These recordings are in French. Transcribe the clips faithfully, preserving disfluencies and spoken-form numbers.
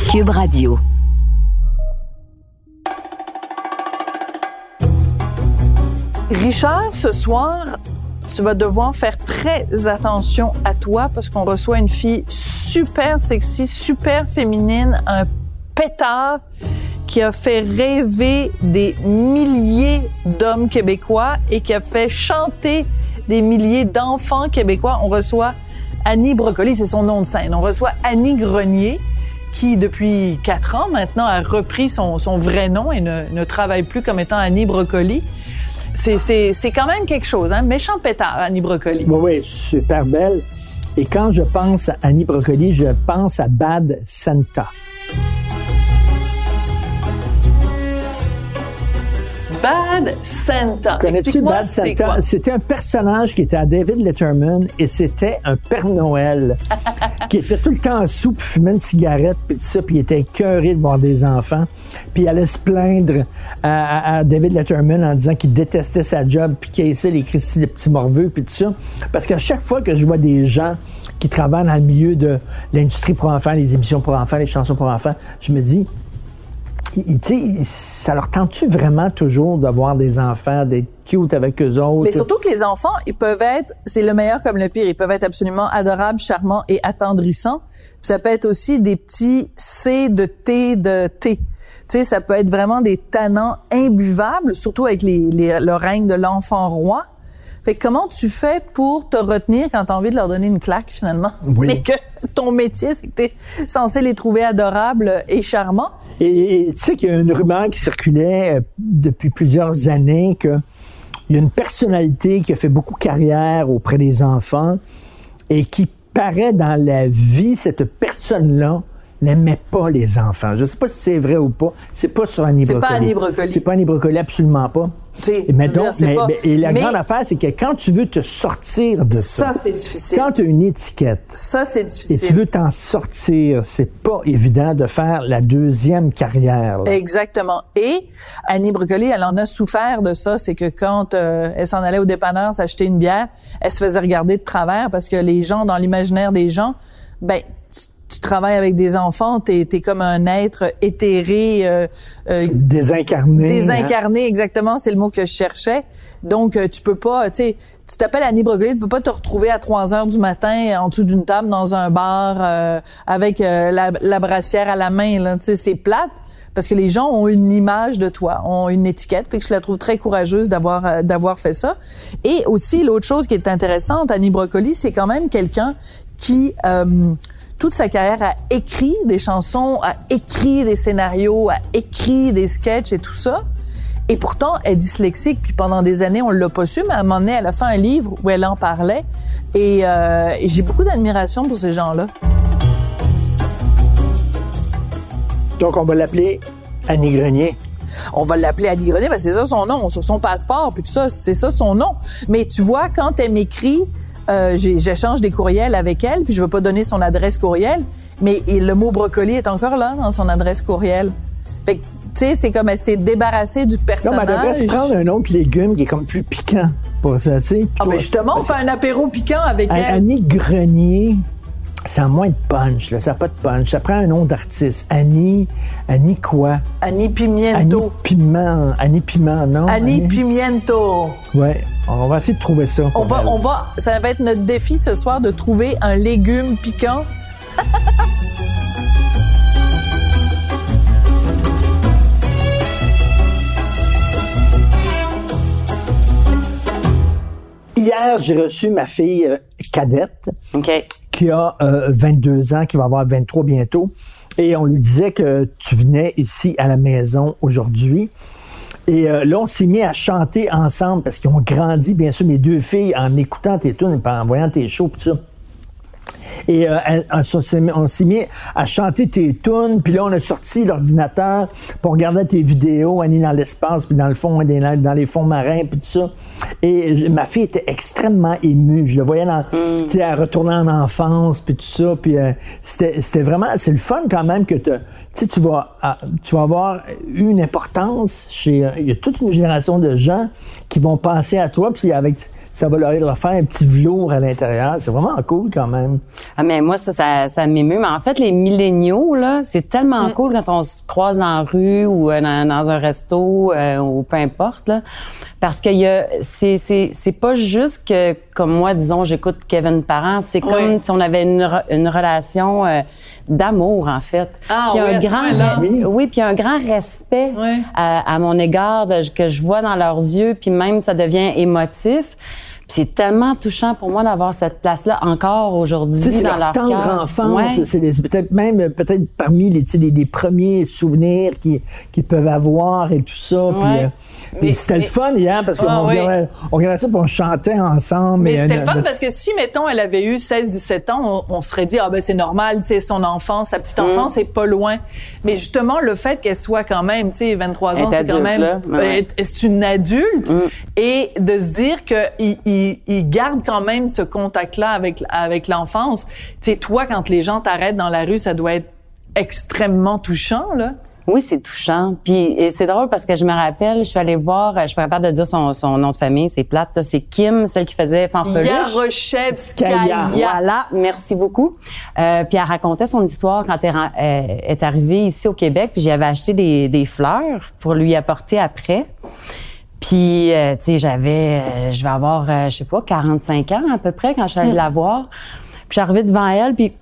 Cube Radio. Richard, ce soir, tu vas devoir faire très attention à toi parce qu'on reçoit une fille super sexy, super féminine, un pétard qui a fait rêver des milliers d'hommes québécois et qui a fait chanter des milliers d'enfants québécois. On reçoit Annie Brocoli, c'est son nom de scène. On reçoit Annie Grenier, qui depuis quatre ans maintenant a repris son, son vrai nom et ne, ne travaille plus comme étant Annie Brocoli. C'est, c'est, c'est quand même quelque chose, hein? Méchant pétard, Annie Brocoli. Oui, oui, super belle. Et quand je pense à Annie Brocoli, je pense à Bad Santa. Bad Santa. Connais-tu Bad Santa? C'était un personnage qui était à David Letterman et c'était un Père Noël qui était tout le temps sous, puis fumait une cigarette, puis tout ça, puis il était écœuré de voir des enfants. Puis il allait se plaindre à, à, à David Letterman en disant qu'il détestait sa job, puis qu'il haïssait les Christy, les petits morveux, puis tout ça. Parce qu'à chaque fois que je vois des gens qui travaillent dans le milieu de l'industrie pour enfants, les émissions pour enfants, les chansons pour enfants, je me dis... Tu sais, ça leur tente-tu vraiment toujours d'avoir des enfants, d'être cute avec eux autres? Mais surtout que les enfants, ils peuvent être, c'est le meilleur comme le pire, ils peuvent être absolument adorables, charmants et attendrissants. Puis ça peut être aussi des petits C de T de T. Tu sais, ça peut être vraiment des tannants imbuvables, surtout avec les, les, le règne de l'enfant roi. Fait que comment tu fais pour te retenir quand t'as envie de leur donner une claque, finalement? Oui. Mais que ton métier, c'est que t'es censé les trouver adorables et charmants. Et, et tu sais qu'il y a une rumeur qui circulait euh, depuis plusieurs années que il y a une personnalité qui a fait beaucoup carrière auprès des enfants et qui paraît dans la vie, cette personne-là n'aimait pas les enfants. Je sais pas si c'est vrai ou pas. C'est pas sur Annie Brocoli. C'est pas Annie Brocoli. C'est pas Annie Brocoli, absolument pas. Et, mais donc, dire, mais, pas... mais, et la mais... grande affaire, c'est que quand tu veux te sortir de ça, ça c'est difficile. Quand tu as une étiquette, ça c'est difficile. Et tu veux t'en sortir, c'est pas évident de faire la deuxième carrière. Là. Exactement. Et Annie Brocoli, elle en a souffert de ça, c'est que quand euh, elle s'en allait au dépanneur s'acheter une bière, elle se faisait regarder de travers parce que les gens, dans l'imaginaire des gens, ben tu travailles avec des enfants, t'es, t'es comme un être éthéré, euh, euh, désincarné. Désincarné, hein? Exactement, c'est le mot que je cherchais. Donc, euh, tu peux pas, tu sais, tu t'appelles Annie Brocoli, tu peux pas te retrouver à trois heures du matin en dessous d'une table dans un bar euh, avec euh, la, la brassière à la main, là. Tu sais, c'est plate. Parce que les gens ont une image de toi, ont une étiquette, puis que je la trouve très courageuse d'avoir euh, d'avoir fait ça. Et aussi, l'autre chose qui est intéressante, Annie Brocoli, c'est quand même quelqu'un qui... Euh, toute sa carrière a écrit des chansons, a écrit des scénarios, a écrit des sketchs et tout ça. Et pourtant, elle est dyslexique, puis pendant des années, on l'a pas su, mais à un moment donné, elle a fait un livre où elle en parlait. Et, euh, et j'ai beaucoup d'admiration pour ces gens-là. Donc, on va l'appeler Annie Grenier. On va l'appeler Annie Grenier, parce que c'est ça son nom, sur son passeport, puis tout ça, c'est ça son nom. Mais tu vois, quand elle m'écrit... Euh, j'échange des courriels avec elle, puis je veux pas donner son adresse courriel, mais et le mot brocoli est encore là dans son adresse courriel. Fait que, tu sais, c'est comme elle s'est débarrassée du personnage. Non, mais elle devrait se prendre un autre légume qui est comme plus piquant pour ça, tu sais. Ah, ben justement, on fait un apéro piquant avec elle. Annie Grenier, ça a moins de punch, là, ça n'a pas de punch. Ça prend un nom d'artiste. Annie, Annie quoi? Annie Pimiento. Annie Piment, Annie Piment, non? Annie, Annie... Pimiento. Ouais. On va essayer de trouver ça. On va, on va, ça va être notre défi ce soir de trouver un légume piquant. Hier, j'ai reçu ma fille euh, cadette, okay. qui a euh, vingt-deux ans, qui va avoir vingt-trois bientôt. Et on lui disait que tu venais ici à la maison aujourd'hui. Et euh, là, on s'est mis à chanter ensemble parce qu'ils ont grandi, bien sûr, mes deux filles, en écoutant tes tunes et en voyant tes shows, pis ça. Et euh, on, s'est mis, on s'est mis à chanter tes tunes, puis là, on a sorti l'ordinateur pour regarder tes vidéos, Annie dans l'espace, puis dans le fond, dans les fonds marins, puis tout ça. Et ma fille était extrêmement émue. Je la voyais dans, mm. tu sais, elle retournait en enfance, puis tout ça. Puis euh, c'était, c'était vraiment, c'est le fun quand même que tu sais, tu vas, tu vas avoir une importance chez, il y a toute une génération de gens qui vont penser à toi, puis avec ça va leur, leur faire un petit velours à l'intérieur. C'est vraiment cool quand même. Ah, mais moi, ça, ça, ça m'émeut. Mais en fait, les milléniaux, là, c'est tellement mm. cool quand on se croise dans la rue ou euh, dans, dans un resto euh, ou peu importe, là. Parce que y a, c'est, c'est, c'est pas juste que, comme moi, disons, j'écoute Kevin Parent. C'est comme oui. si on avait une, une relation euh, d'amour, en fait. Ah, puis oui, un grand, là. Oui, oui, puis un grand respect oui. à, à mon égard de, que je vois dans leurs yeux, puis même ça devient émotif. C'est tellement touchant pour moi d'avoir cette place-là encore aujourd'hui c'est dans leur, leur tendre cœur. enfance. Ouais. C'est, c'est, c'est peut-être même peut-être parmi les, les, les premiers souvenirs qu'ils, qu'ils peuvent avoir et tout ça. Ouais. Puis, euh, mais, c'était mais, le fun hier parce qu'on ah, oui. regardait, on regardait ça et on chantait ensemble. Mais et, c'était euh, le fun de... parce que si, mettons, elle avait eu seize dix-sept ans, on, on serait dit, ah ben c'est normal, c'est son enfance, sa petite enfance, mm. c'est pas loin. Mais justement, le fait qu'elle soit quand même, tu sais, vingt-trois ans, c'est adulte, quand même, là. Ouais. C'est une adulte. Mm. Et de se dire qu'il il, il garde quand même ce contact-là avec, avec l'enfance. Tu sais, toi, quand les gens t'arrêtent dans la rue, ça doit être extrêmement touchant, là. Oui, c'est touchant. Puis et c'est drôle parce que je me rappelle, je suis allée voir, je suis pas capable de dire son, son nom de famille, c'est plate, c'est Kim, celle qui faisait Fanfreluche. Yaroshevskaya. Voilà, merci beaucoup. Euh, puis elle racontait son histoire quand elle euh, est arrivée ici au Québec, puis j'avais acheté des, des fleurs pour lui apporter après. Puis, euh, tu sais, j'avais, euh, je vais avoir, euh, je sais pas, quarante-cinq ans à peu près quand je suis allée la voir. Puis, je suis arrivée devant elle, puis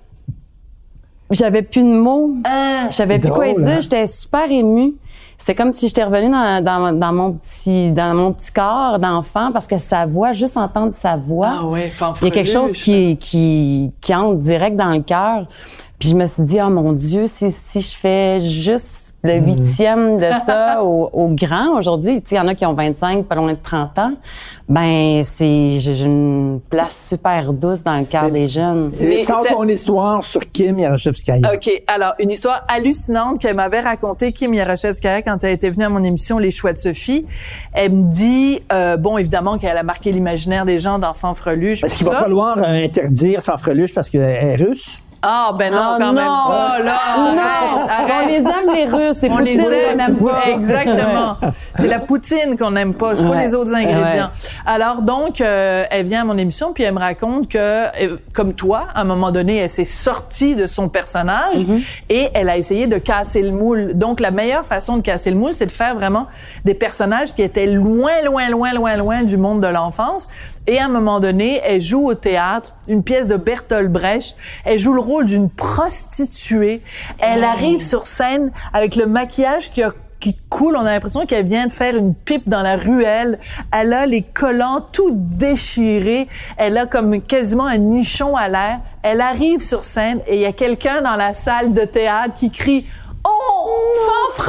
j'avais plus de mots. Ah, je savais plus quoi dire. Hein? J'étais super émue. C'était comme si j'étais revenue dans, dans, dans mon petit, dans mon petit corps d'enfant parce que sa voix, juste entendre sa voix, ah ouais, il y a quelque chose qui, qui, qui entre direct dans le cœur. Puis, je me suis dit, oh mon Dieu, si, si je fais juste le huitième de ça au, au grand aujourd'hui, tu sais, il y en a qui ont vingt-cinq, pas loin de trente ans. Ben, c'est, j'ai une place super douce dans le cœur des jeunes. Et sans ton histoire sur Kim Yaroshevskaya. OK. Alors, une histoire hallucinante qu'elle m'avait racontée, Kim Yaroshevskaya, quand elle était venue à mon émission Les Choix de Sophie. Elle me dit, euh, bon, évidemment qu'elle a marqué l'imaginaire des gens dans Fanfreluche. Est-ce qu'il va falloir euh, interdire Fanfreluche parce qu'elle est russe? Ah, ben non, oh, quand non. même pas, là. Non, arrête, arrête. On les aime, les Russes. C'est on Poutine les aime. qu'on n'aime pas. Exactement. C'est la poutine qu'on n'aime pas. C'est ouais. pas les autres ingrédients. Ouais. Alors, donc, euh, elle vient à mon émission puis elle me raconte que, euh, comme toi, à un moment donné, elle s'est sortie de son personnage mm-hmm. et elle a essayé de casser le moule. Donc, la meilleure façon de casser le moule, c'est de faire vraiment des personnages qui étaient loin, loin, loin, loin, loin du monde de l'enfance. Et à un moment donné, elle joue au théâtre une pièce de Bertolt Brecht. Elle joue le rôle d'une prostituée. Elle arrive sur scène avec le maquillage qui a qui coule. On a l'impression qu'elle vient de faire une pipe dans la ruelle. Elle a les collants tout déchirés. Elle a comme quasiment un nichon à l'air. Elle arrive sur scène et il y a quelqu'un dans la salle de théâtre qui crie « Oh, Fanfreluche! »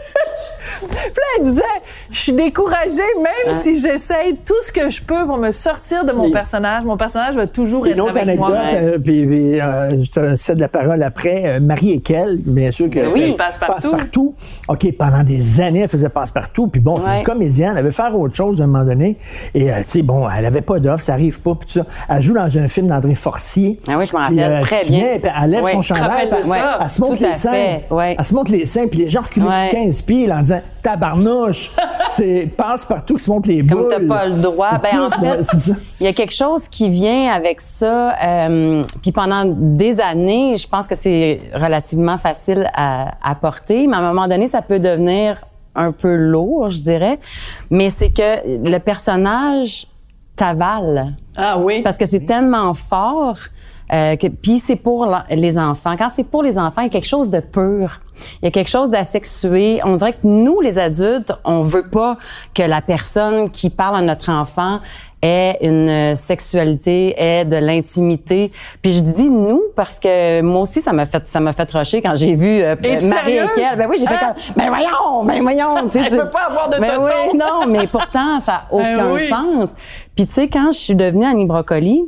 Puis là, elle disait, je suis découragée, même ah. si j'essaye tout ce que je peux pour me sortir de mon et, personnage. Mon personnage va toujours être avec moi. Euh, puis, puis euh, je te cède la parole après. Euh, Marie Ekel, bien sûr que oui, passe-partout. Passe-partout. OK, pendant des années, elle faisait passe-partout. Puis bon, ouais. c'est une comédienne. Elle avait faire autre chose à un moment donné. Et euh, tu sais, bon, elle avait pas d'offre, ça arrive pas. Puis tout ça. Elle joue dans un film d'André Forcier. Ah oui, je me rappelle euh, très bien. Viens, puis elle lève oui, son chandail. Elle, ouais, elle se montre les seins. Ouais. Elle se montre les seins. Puis les gens reculent ouais. quinze pieds en disant tabarnouche, c'est passe-partout qui se montre les boules. Comme t'as pas le droit. Ben en fait, il y a quelque chose qui vient avec ça. Euh, puis pendant des années, je pense que c'est relativement facile à, à porter, mais à un moment donné, ça peut devenir un peu lourd, je dirais. Mais c'est que le personnage t'avale. Ah oui. Parce que c'est tellement fort. Euh, que, puis c'est pour les enfants. Quand c'est pour les enfants, il y a quelque chose de pur. Il y a quelque chose d'asexué. On dirait que nous, les adultes, on veut pas que la personne qui parle à notre enfant ait une sexualité, ait de l'intimité. Puis je dis nous parce que moi aussi ça m'a fait ça m'a fait rocher quand j'ai vu euh, Marie Ekel. Ben oui, j'ai hein? fait comme ben voyons, ben voyons, tu sais. Elle peut pas avoir de ben tonton. Oui, non, mais pourtant ça a aucun ben oui. sens. Puis tu sais quand je suis devenue Annie Brocoli,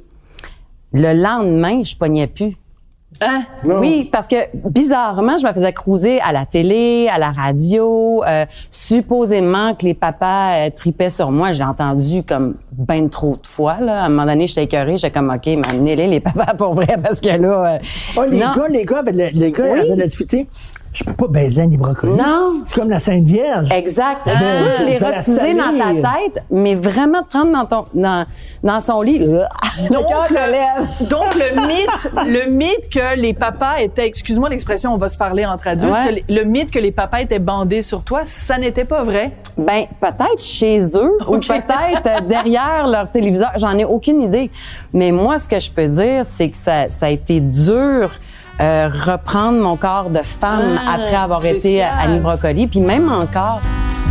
le lendemain, je pognais plus. Hein? Oui, parce que bizarrement, je me faisais cruiser à la télé, à la radio, euh, supposément que les papas euh, tripaient sur moi. J'ai entendu comme ben trop de fois. Là. À un moment donné, j'étais écœurée, j'étais comme OK, m'amenez-les les papas pour vrai, parce que là. Euh, oh, les non. gars, les gars avaient, les gars oui. avaient la difficulté. je peux pas baiser Annie Brocoli. Non. C'est comme la Sainte Vierge. Exact. Tu Ah, peux l'érotiser dans ta tête, mais vraiment te prendre dans ton, dans, dans son lit. Donc, le cœur te lève. donc le mythe, le mythe que les papas étaient, excuse-moi l'expression, on va se parler entre adultes, Ouais. que les- le mythe que les papas étaient bandés sur toi, ça n'était pas vrai. Ben, peut-être chez eux ou peut-être euh, derrière leur téléviseur. J'en ai aucune idée. Mais moi, ce que je peux dire, c'est que ça, ça a été dur euh, reprendre mon corps de femme Ah, après avoir spécial. été Annie Brocoli. Puis même encore...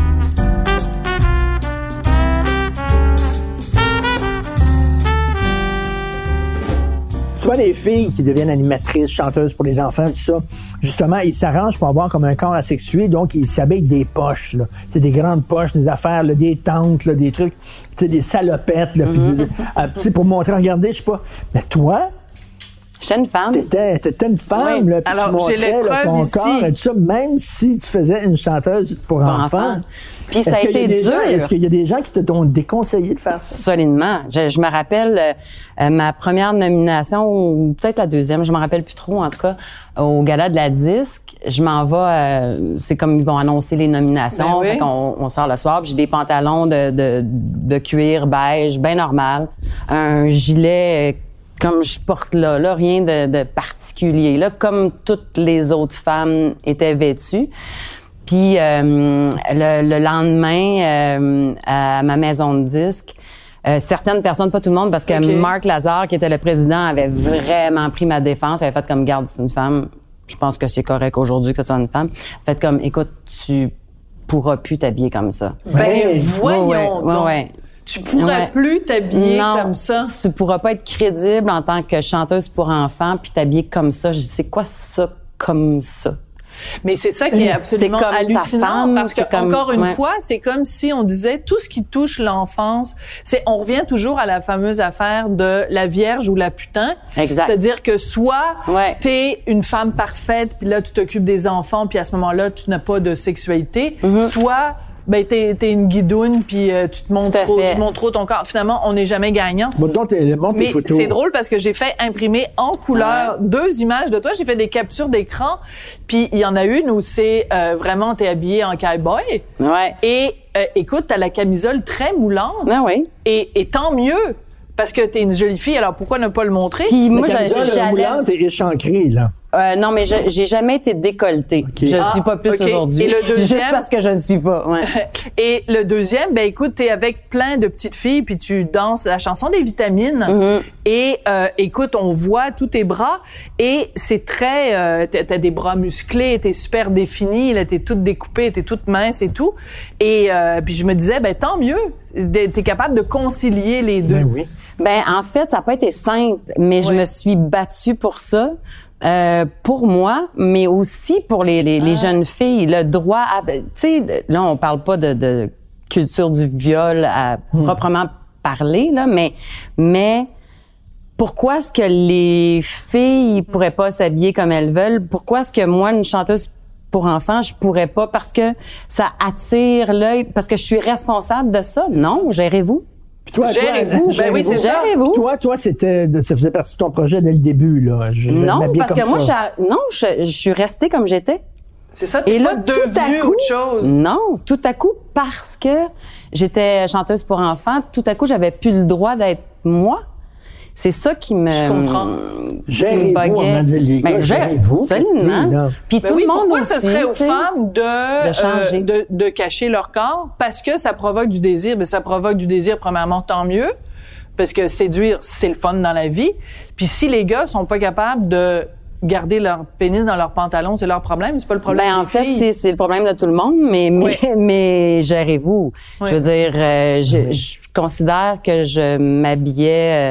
Tu vois les filles qui deviennent animatrices, chanteuses pour les enfants, tout ça, justement, ils s'arrangent pour avoir comme un corps asexué, donc ils s'habillent avec des poches, là. C'est des grandes poches, des affaires, là, des tentes, là, des trucs, tu sais, des salopettes, là, puis des- euh, tu sais, pour montrer, regardez, je sais pas. Mais toi, J'étais une femme. t'étais, t'étais une femme, Oui. là, puis Alors, tu montrais j'ai les là, preuves ton ici. corps et tout ça, même si tu faisais une chanteuse pour, Pour enfants. enfants. Puis ça a Est-ce qu'il y été des dur. gens- Est-ce qu'il y a des gens qui te t'ont déconseillé de faire ça? Solidement. Je, je me rappelle euh, euh, ma première nomination, ou peut-être la deuxième, je m'en rappelle plus trop, en tout cas, au Gala de la Disque. Je m'en vais, euh, c'est comme ils vont annoncer les nominations. Ben oui. Fait qu'on on sort le soir, puis j'ai des pantalons de, de, de cuir beige, bien normal. Un gilet... euh, comme je porte là, là, rien de, de particulier, là, comme toutes les autres femmes étaient vêtues. Puis euh, le, le lendemain, euh, à ma maison de disques, euh, certaines personnes, pas tout le monde, parce que Okay. Marc Lazare, qui était le président, avait vraiment pris ma défense, avait fait comme, garde, c'est une femme, je pense que c'est correct aujourd'hui que ce soit une femme. Fait comme, écoute, tu pourras plus t'habiller comme ça. Ben, Ouais. voyons Ouais, ouais, donc. ouais. Tu pourrais Ouais. plus t'habiller Non, comme ça. Tu pourras pas être crédible en tant que chanteuse pour enfants puis t'habiller comme ça. Je dis, c'est quoi ça, comme ça? Mais c'est ça qui est absolument C'est comme ta hallucinant femme, parce que c'est comme- encore une ouais. fois, c'est comme si on disait tout ce qui touche l'enfance, c'est on revient toujours à la fameuse affaire de la vierge ou la putain. Exact. C'est-à-dire que soit Ouais. t'es une femme parfaite puis là tu t'occupes des enfants puis à ce moment-là tu n'as pas de sexualité, Mm-hmm. soit ben t'es t'es une guidoune puis euh, tu te montres Tout à trop, fait. tu montres trop ton corps. Finalement, on n'est jamais gagnant. Bon, donc, t'es- montre tes Mais photos. c'est drôle parce que j'ai fait imprimer en couleur deux images de toi. J'ai fait des captures d'écran. Puis il y en a une où c'est euh, vraiment t'es habillé en cowboy. Ouais. Et euh, écoute, t'as la camisole très moulante. Ah oui. Et, et tant mieux parce que t'es une jolie fille. Alors pourquoi ne pas le montrer? Puis moi, La je- camisole j'allais... moulante et échancrée, là. Euh, non, mais je, j'ai jamais été décolletée. Je Ah, suis pas plus ok. aujourd'hui. Et le deuxième? Juste parce que je ne suis pas. Ouais. Et le deuxième, ben écoute, t'es avec plein de petites filles puis tu danses la chanson des vitamines. Mm-hmm. Et euh, écoute, on voit tous tes bras et c'est très, euh, t'as, t'as des bras musclés, t'es super définie, là, t'es toute découpée, t'es toute mince et tout. Et euh, puis je me disais, ben tant mieux, t'es capable de concilier les deux. Ben oui. Ben en fait, ça n'a pas été simple, mais je Ouais. me suis battue pour ça. Euh, pour moi, mais aussi pour les, les, les jeunes filles, le droit à... Tu sais, là, on parle pas de, de culture du viol à proprement parler, là, mais, mais pourquoi est-ce que les filles pourraient pas s'habiller comme elles veulent? Pourquoi est-ce que moi, une chanteuse pour enfants, je pourrais pas? Parce que ça attire l'œil, parce que je suis responsable de ça? Non, gérez-vous. Puis toi, toi, Gérez-vous. Ben oui, c'est ça. Gérez-vous. Toi, toi, c'était, ça faisait partie de ton projet dès le début, là. Je, je Non, m'habillais parce comme que moi, ça. je, non, je, je suis restée comme j'étais. C'est ça, t'es Et pas là, tout à devenue coup, autre chose. non, tout à coup, parce que j'étais chanteuse pour enfants, tout à coup, j'avais plus le droit d'être moi. C'est ça qui me... Je comprends. qui me Gérez-vous, buguait. on va dire, les gars, Ben, gère- gérez-vous, Solidement. Christine, là. Puis Ben tout oui, le monde pourquoi aussi, ce serait aux tu sais. femmes de de changer. euh, de, de cacher leur corps? Parce que ça provoque du désir. Mais ça provoque du désir, premièrement, tant mieux. Parce que séduire, c'est le fun dans la vie. Puis si les gars sont pas capables de garder leur pénis dans leur pantalon, c'est leur problème. C'est pas le problème Ben, en des fait, filles. c'est, c'est le problème de tout le monde, mais, mais, Oui. mais gérez-vous. Oui. Je veux dire, euh, je, je considère que je m'habillais euh,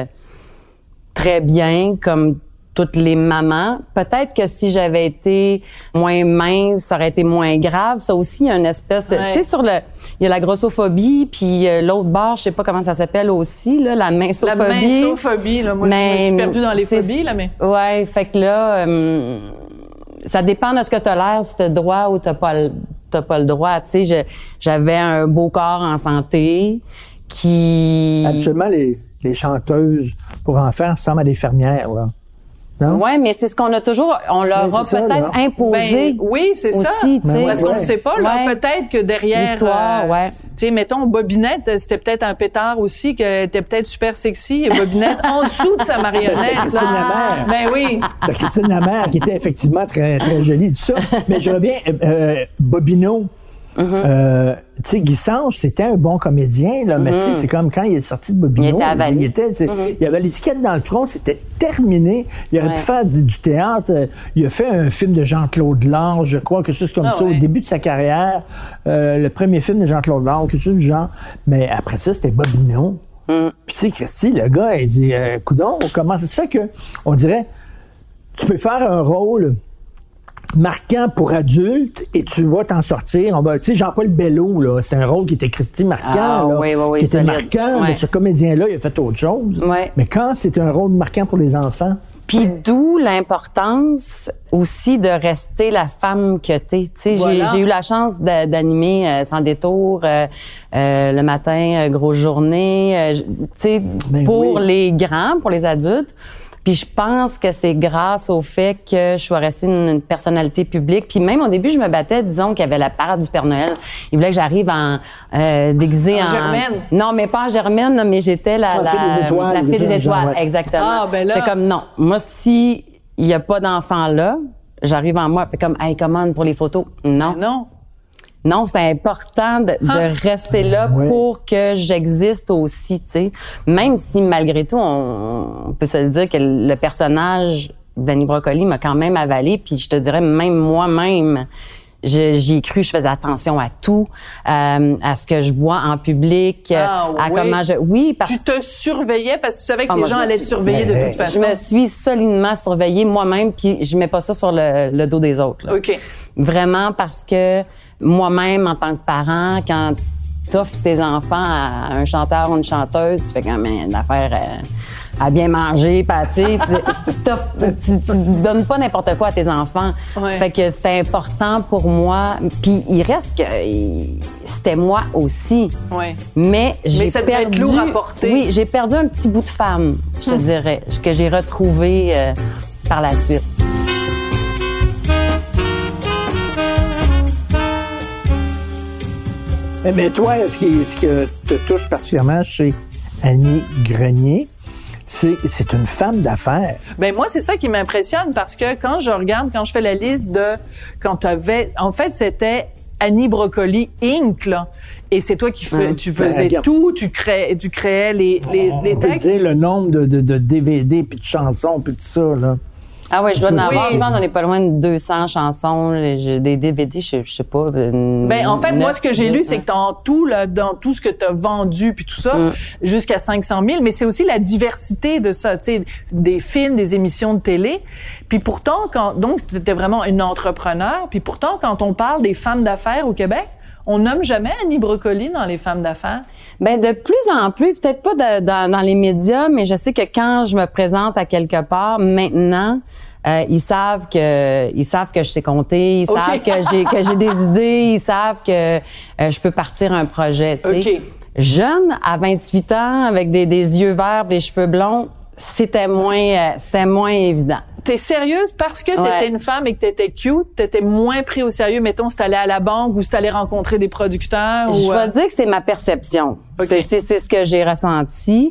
très bien comme toutes les mamans. Peut-être que si j'avais été moins mince, ça aurait été moins grave. Ça aussi, il y a une espèce de... Ouais. Tu sais, sur le... Il y a la grossophobie, puis euh, l'autre barre, je sais pas comment ça s'appelle aussi, là, la La minsophobie. minsophobie, là. Moi, je me suis perdue dans les c'est- phobies, là, mais... Ouais, fait que là, euh, ça dépend de ce que t'as l'air, si t'as le droit ou t'as pas le, t'as pas le droit. Tu sais, je- j'avais un beau corps en santé qui... Habituellement, les, les chanteuses pour enfants ressemblent à des fermières, là. Non? Ouais, mais c'est ce qu'on a toujours, on leur Ouais, a c'est ça, peut-être là. imposé. Ben, oui, c'est aussi, ça. tu sais. Parce qu'on ouais. ne sait pas, là, Ouais. peut-être que derrière... L'histoire, euh, ouais. Tu sais, mettons, Bobinette, c'était peut-être un pétard aussi, que était peut-être super sexy, et Bobinette en dessous de sa marionnette. Christine Lamère. Ben oui. C'est Christine Lamère qui était effectivement très, très jolie, tout ça. Mais je reviens, euh, euh, Bobino. Mm-hmm. Euh, tu sais, Guy Sanche, c'était un bon comédien, là, mais tu sais, c'est comme quand il est sorti de Bobino. Il était avalé. Il, était, tu sais, Mm-hmm. il avait l'étiquette dans le front, c'était terminé. Il aurait Ouais. pu faire du, du théâtre. Euh, Il a fait un film de Jean-Claude Lard, je crois, quelque chose comme Ah ça, ouais. au début de sa carrière. Euh, le premier film de Jean-Claude Lard, quelque chose du genre. Mais après ça, c'était Bobino. Mm. Puis tu sais, Christy, le gars, il dit, euh, coudonc, comment ça se fait que, on dirait, tu peux faire un rôle marquant pour adultes et tu vas t'en sortir. On va, tu sais, Jean-Paul Bello, là, c'est un rôle qui était Christy marquant, Ah, là, oui, oui, oui, qui était solide. marquant, Ouais. mais ce comédien-là, il a fait autre chose. Ouais. Mais quand c'est un rôle marquant pour les enfants, Puis d'où l'importance aussi de rester la femme que t'es. Tu sais, Voilà. j'ai, j'ai eu la chance de- d'animer euh, Sans détour euh, euh, le matin, euh, grosse journée, euh, je- tu sais, Ben pour oui. les grands, pour les adultes. Puis je pense que c'est grâce au fait que je sois restée une, une personnalité publique. Puis même au début, je me battais, disons qu'il y avait la parade du Père Noël. Il voulait que j'arrive en euh, déguisée En en... Germaine? Non, mais pas en Germaine, là, mais j'étais la, La la, fée des étoiles, la fée des des étoiles, gens, ouais. exactement. Ah, ben là- C'est comme non. Moi, si il y a pas d'enfant là, j'arrive en moi, puis comme hey, commande pour les photos. Non. Non. Non, c'est important de, de Ah. rester là Ouais. pour que j'existe aussi, tu sais. Même si, malgré tout, on, on peut se le dire que le personnage d'Annie Brocoli m'a quand même avalé, puis je te dirais, même moi-même, je- j'y ai cru, je faisais attention à tout, euh, à ce que je vois en public, Ah, à oui. comment je... Oui, parce Tu te surveillais parce que tu savais que Ah, les moi, gens je me allaient te suis- surveiller de Ben, toute façon. je me suis solidement surveillée moi-même, puis je mets pas ça sur le, le dos des autres. Là. OK. Vraiment parce que moi-même, en tant que parent, quand t'offres tes enfants à un chanteur ou une chanteuse, tu fais quand même une affaire euh, à bien manger, pis à, tu sais, tu, tu, t'offres- tu, tu donnes pas n'importe quoi à tes enfants. Ouais. Fait que c'était important pour moi. Puis il reste que il- c'était moi aussi. Ouais. Mais j'ai ça devait être perdu. lourd à porter. Oui, j'ai perdu un petit bout de femme, je te dirais, que j'ai retrouvé euh, par la suite. Eh, mais toi, ce qui, ce que te touche particulièrement chez Annie Grenier, c'est, c'est une femme d'affaires. Ben moi, c'est ça qui m'impressionne parce que quand je regarde, quand je fais la liste de quand tu avais, en fait, c'était Annie Brocoli Incorporée, là. Et c'est toi qui fais, Ouais. tu Ben, faisais regarde. tout, tu créais, tu créais les, les, On les peut textes. dire le nombre de, de, de D V D puis de chansons puis tout ça, là. Ah ouais, je dois en avoir. Oui. Je pense qu'on est pas loin de deux cents chansons. J'ai des D V D, je, je sais pas. Ben en fait, moi, ce que j'ai lu, c'est que dans tout, là, dans tout ce que tu as vendu puis tout ça, Mm. jusqu'à cinq cent mille, mais c'est aussi la diversité de ça, tu sais, des films, des émissions de télé. Puis pourtant, quand donc c'était vraiment une entrepreneur. Puis pourtant, quand on parle des femmes d'affaires au Québec, on nomme jamais Annie Brocoli dans les femmes d'affaires. Ben de plus en plus, peut-être pas de- dans, dans les médias, mais je sais que quand je me présente à quelque part, maintenant, euh, ils savent que ils savent que je sais compter, ils OK. savent que j'ai que j'ai des idées, ils savent que euh, je peux partir un projet. Tu sais. OK. Jeune, à vingt-huit ans, avec des, des yeux verts, des cheveux blonds, c'était moins euh, c'était moins évident. T'es sérieuse parce que t'étais Ouais. une femme et que t'étais cute, t'étais moins pris au sérieux, mettons, si t'allais à la banque ou si t'allais rencontrer des producteurs Je ou... vais euh, dire que c'est ma perception. OK. C'est, c'est, c'est ce que j'ai ressenti.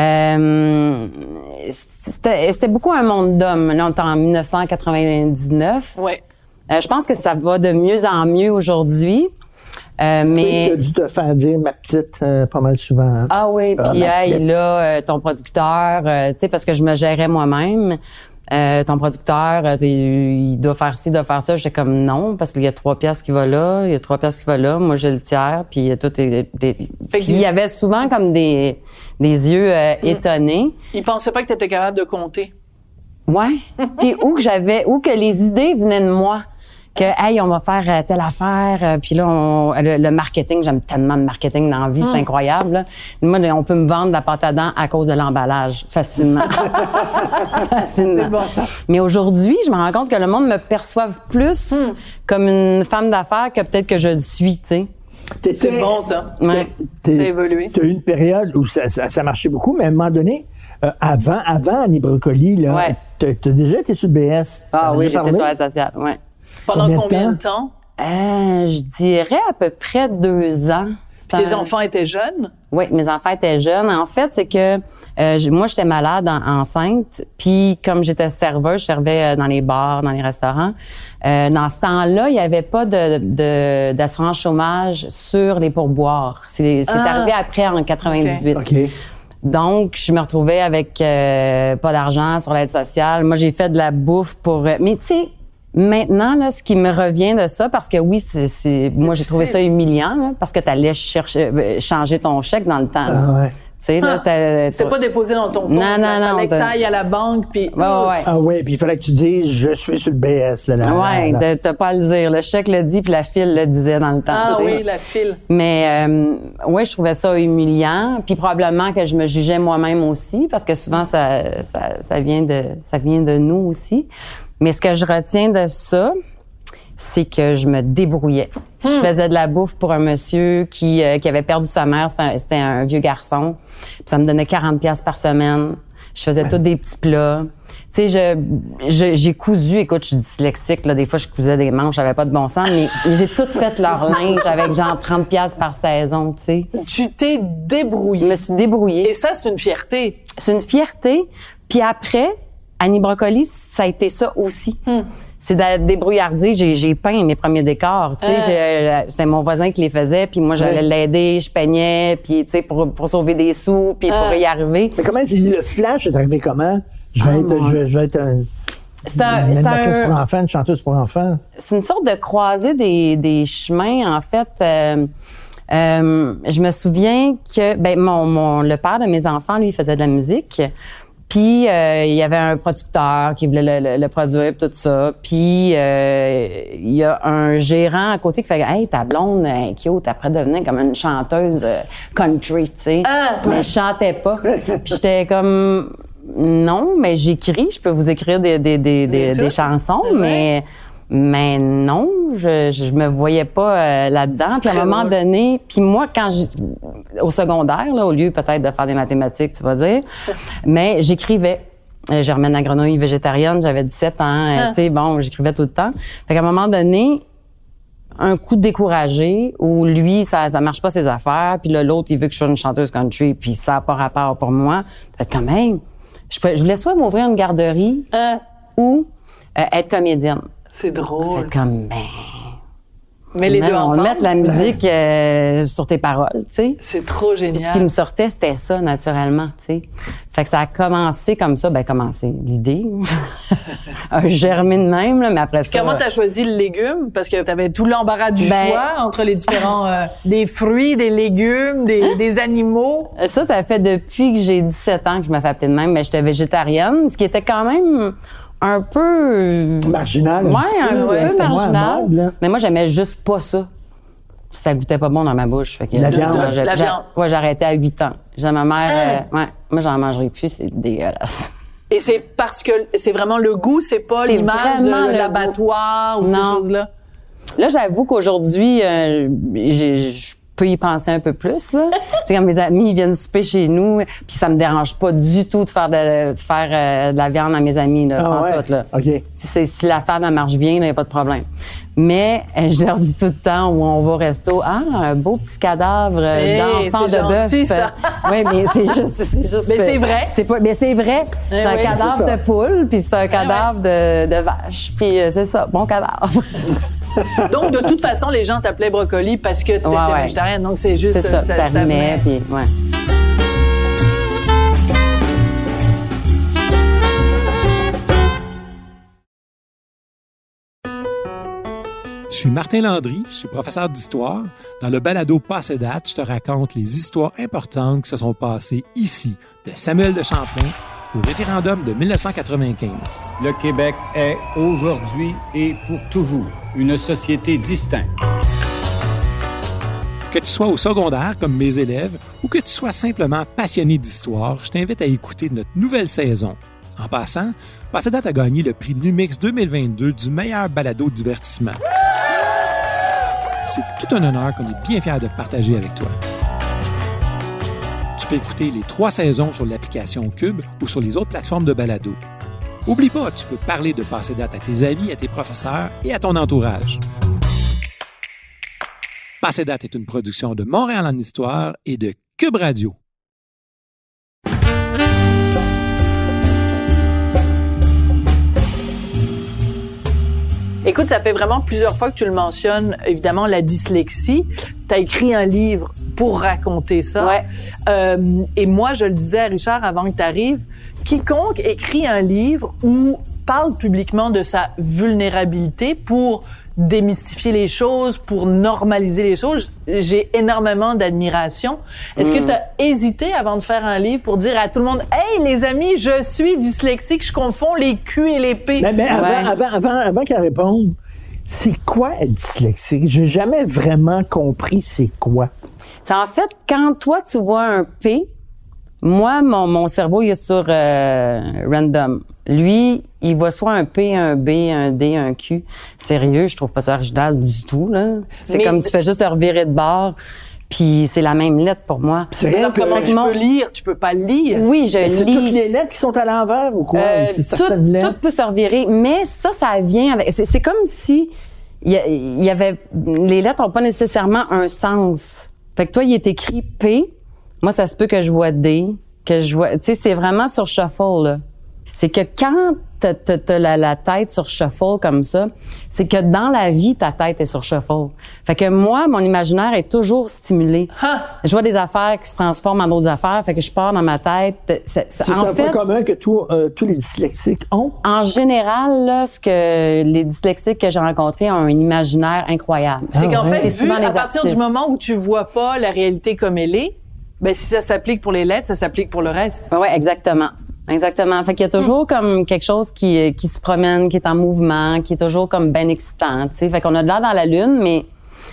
Euh, c'était, c'était beaucoup un monde d'hommes. Là, on est en dix-neuf cent quatre-vingt-dix-neuf. Ouais. Euh, je pense que ça va de mieux en mieux aujourd'hui. Euh, mais... Tu as dû te faire dire ma petite euh, pas mal souvent. Hein? Ah oui, Ah, puis ma hey, petite. là, euh, ton producteur, euh, tu sais, parce que je me gérais moi-même. Euh, ton producteur, euh, il doit faire ci, il doit faire ça. J'étais comme non, parce qu'il y a trois piastres qui vont là, il y a trois piastres qui vont là. Moi, j'ai le tiers, puis tout est... des- Puis il y avait souvent comme des, des yeux euh, étonnés. Ils pensaient pas que t'étais capable de compter. Ouais. Puis où que j'avais, où que les idées venaient de moi. Que, hey, on va faire euh, telle affaire, euh, puis là, on, le, le marketing, j'aime tellement le marketing dans la vie, c'est incroyable. Là. Moi, là, on peut me vendre de la pâte à dents à cause de l'emballage, facilement. facilement. C'est bon. Mais aujourd'hui, je me rends compte que le monde me perçoive plus comme une femme d'affaires que peut-être que je le suis, tu sais. T'étais- C'est bon, ça. Ouais. t'es- Ça a évolué. T'as eu une période où ça, ça, ça marchait beaucoup, mais à un moment donné, Euh, avant, avant Annie Brocoli, là, Ouais. t'as, t'as déjà été sur le B S? Ah T'en as oui, déjà j'étais parlé? sur l'aide sociale, ouais. Pendant Combien de combien de temps? temps? Euh, je dirais à peu près deux ans. C'est Tes un- enfants étaient jeunes? Oui, mes enfants étaient jeunes. En fait, c'est que euh, j- moi, j'étais malade, en- enceinte, puis comme j'étais serveuse, je servais euh, dans les bars, dans les restaurants. Euh, dans ce temps-là, il n'y avait pas de, de d'assurance chômage sur les pourboires. C'est, c'est Ah. arrivé après en quatre-vingt-dix-huit. OK. Donc, je me retrouvais avec euh, pas d'argent sur l'aide sociale. Moi, j'ai fait de la bouffe pour... euh, mais tu sais, maintenant, là, ce qui me revient de ça, parce que oui, c'est, c'est moi, j'ai trouvé ça humiliant, là, parce que tu allais chercher, euh, changer ton chèque dans le temps. là. Ah ouais. Tu sais, là, Ah, c'était... C'est pas déposé dans ton compte. Non, là. non, non, Fallait que t'as- t'ailles à la banque, puis... Ouais, ouais, ouais. Ah ouais, puis il fallait que tu dises, je suis sur le B S. Là, là, Ouais, là. t'as- t'as pas à le dire. Le chèque le dit, puis la file le disait dans le temps. Ah tu sais. oui, la file. Mais euh, ouais, je trouvais ça humiliant, puis probablement que je me jugeais moi-même aussi, parce que souvent ça, ça, ça vient de, ça vient de nous aussi. Mais ce que je retiens de ça, c'est que je me débrouillais. Je faisais de la bouffe pour un monsieur qui, euh, qui avait perdu sa mère. C'était un, c'était un vieux garçon. Puis ça me donnait quarante pièces par semaine. Je faisais tous des petits plats. Tu sais, je, je, j'ai cousu, écoute, je suis dyslexique, là, des fois, je cousais des manches, j'avais pas de bon sens, mais, mais j'ai tout fait leur linge avec genre trente pièces par saison, tu sais. Tu t'es Je débrouillé. me suis débrouillée. Et ça, c'est une fierté. C'est une fierté. Puis après, Annie Brocoli, ça a été ça aussi. C'est de la débrouillardise. J'ai, j'ai peint mes premiers décors. Tu sais, Ah. j'ai- c'était mon voisin qui les faisait, puis moi j'allais Ouais. l'aider, je peignais, puis tu sais pour pour sauver des sous, puis Ah. pour y arriver. Mais comment tu dis, le flash est arrivé comment? Je vais, Ah, être, mon- je vais, je vais être un, C'est un, une c'est animatrice un- pour enfants, une chanteuse pour enfants. c'est une sorte de croisée des, des chemins. En fait, euh, euh, je me souviens que ben mon, mon le père de mes enfants, lui, il faisait de la musique. Puis euh, il y avait un producteur qui voulait le, le, le produire, puis tout ça. Puis euh, il y a un gérant à côté qui fait « Hey, ta blonde, euh, cute, après devenir comme une chanteuse euh, country, tu sais. Ah! Mais je chantais pas. Puis j'étais comme « Non, mais j'écris, je peux vous écrire des, des, des, des, Des des trucs? chansons, Ouais. mais... » Mais non, je je me voyais pas euh, là-dedans. C'est Puis à un très moment drôle. donné, puis moi quand j'ai au secondaire là, au lieu peut-être de faire des mathématiques, tu vas dire, mais j'écrivais. Euh, Germaine la grenouille végétarienne, j'avais dix-sept ans, euh, Ah. tu sais, bon, j'écrivais tout le temps. Fait qu'à un moment donné, un coup découragé où lui ça ça marche pas ses affaires, puis là l'autre il veut que je sois une chanteuse country, puis ça a pas rapport pour moi. Fait que quand même, je, pouvais- je voulais soit m'ouvrir une garderie Hein? ou euh, être comédienne. C'est drôle. Fait comme ben Mais les deux on ensemble. met la musique euh, sur tes paroles, tu sais. C'est trop Puis ce qui me génial. sortait, c'était ça, naturellement, tu sais. Fait que ça a commencé comme ça, ben commencé, l'idée a germé de même, là, mais après ça... Comment t'as choisi le légume? Parce que t'avais tout l'embarras du Ben- choix entre les différents... euh, des fruits, des légumes, Hein? des, des animaux. Ça, ça fait depuis que j'ai dix-sept ans que je me fais appeler de même, mais j'étais végétarienne, ce qui était quand même un peu... Marginal. Ouais, petit un peu, petit ouais, peu c'est moins à marginal. mode, là. Mais moi, j'aimais juste pas ça. Ça goûtait pas bon dans ma bouche. Fait que La viande. j'ai- La j'ai- viande. Ouais, j'ai arrêté à huit ans. J'ai ma mère... Hein? euh, ouais, moi, j'en mangerai plus, c'est dégueulasse. Et c'est parce que c'est vraiment le goût, c'est pas C'est l'image vraiment de le l'abattoir ou ces Non. choses-là. Là, j'avoue qu'aujourd'hui, euh, j'ai- je peux y penser un peu plus. Là. Tu sais, quand mes amis ils viennent souper chez nous, puis ça me dérange pas du tout de faire de, de faire euh, de la viande à mes amis, là, Ah ouais? pantoute, là. OK. Si, c'est- si la femme elle marche bien, il n'y a pas de problème. Mais euh, je leur dis tout le temps où on va au resto, ah, un beau petit cadavre euh, Hey, d'enfant c'est de bœuf. gentil, ça. Oui, mais c'est juste, c'est juste. Mais que- c'est vrai. C'est pas, mais c'est vrai. C'est un oui, cadavre c'est ça. de poule, puis c'est un cadavre de, de vache, puis euh, c'est ça, bon cadavre. Donc, de toute façon, les gens t'appelaient brocoli parce que t'étais Ouais, ouais. végétarienne. Donc, c'est juste... C'est ça, ça, ça rimait, venait. puis ouais. Je suis Martin Landry, je suis professeur d'histoire. Dans le balado Passé date, je te raconte les histoires importantes qui se sont passées ici, de Samuel de Champlain au référendum de dix-neuf cent quatre-vingt-quinze. Le Québec est aujourd'hui et pour toujours une société distincte. Que tu sois au secondaire comme mes élèves ou que tu sois simplement passionné d'histoire, je t'invite à écouter notre nouvelle saison. En passant, Passé date a gagné le prix Numix deux mille vingt-deux du meilleur balado divertissement. C'est tout un honneur qu'on est bien fiers de partager avec toi. Tu peux écouter les trois saisons sur l'application Cube ou sur les autres plateformes de balado. Oublie pas, tu peux parler de Passer date à tes amis, à tes professeurs et à ton entourage. Passer date est une production de Montréal en Histoire et de Cube Radio. Écoute, ça fait vraiment plusieurs fois que tu le mentionnes, évidemment, la dyslexie. Tu as écrit un livre pour raconter ça. Ouais. Euh, et moi, je le disais à Richard avant que tu arrives, quiconque écrit un livre ou parle publiquement de sa vulnérabilité pour démystifier les choses, pour normaliser les choses, j'ai énormément d'admiration. Est-ce mmh. que tu as hésité avant de faire un livre pour dire à tout le monde « Hey, les amis, je suis dyslexique, je confonds les Q et les P. » Mais, mais avant, Ouais. avant, avant, avant qu'elle réponde, c'est quoi être dyslexique? J'ai jamais vraiment compris c'est quoi. C'est en fait, quand toi, tu vois un P, moi, mon, mon cerveau, il est sur euh, random. Lui, il voit soit un P, un B, un D, un Q. Sérieux, je trouve pas ça original du tout, là. C'est Mais- comme tu fais juste te revirer de bord, puis c'est la même lettre pour moi. C'est rien Alors, que... comment tu mon- peux lire? Tu peux pas lire. Oui, je C'est lis. toutes les lettres qui sont à l'envers ou quoi? Euh, c'est tout, certaines lettres. tout peut se revirer, mais ça, ça vient avec... C'est, c'est comme si il y, a- il y avait... Les lettres n'ont pas nécessairement un sens. Fait que toi, il est écrit P. Moi, ça se peut que je vois D, que je vois... Tu sais, c'est vraiment sur shuffle, là. C'est que quand t'as, t'as, t'as la, la tête sur shuffle comme ça, c'est que dans la vie, ta tête est sur shuffle. Fait que moi, mon imaginaire est toujours stimulé. Ah! Je vois des affaires qui se transforment en d'autres affaires, fait que je pars dans ma tête. C'est, c'est- C'est en un fait, point commun que tout, euh, tous les dyslexiques ont. en général, là, ce que les dyslexiques que j'ai rencontrés ont un imaginaire incroyable. C'est Ah qu'en ouais. fait, C'est vu, souvent les à partir artistes. du moment où tu vois pas la réalité comme elle est, ben si ça s'applique pour les lettres, ça s'applique pour le reste. Ouais, ouais, exactement. Exactement. Fait qu'il y a toujours comme quelque chose qui, qui se promène, qui est en mouvement, qui est toujours comme ben excitant, tu sais. Fait qu'on a de l'air dans la lune, mais,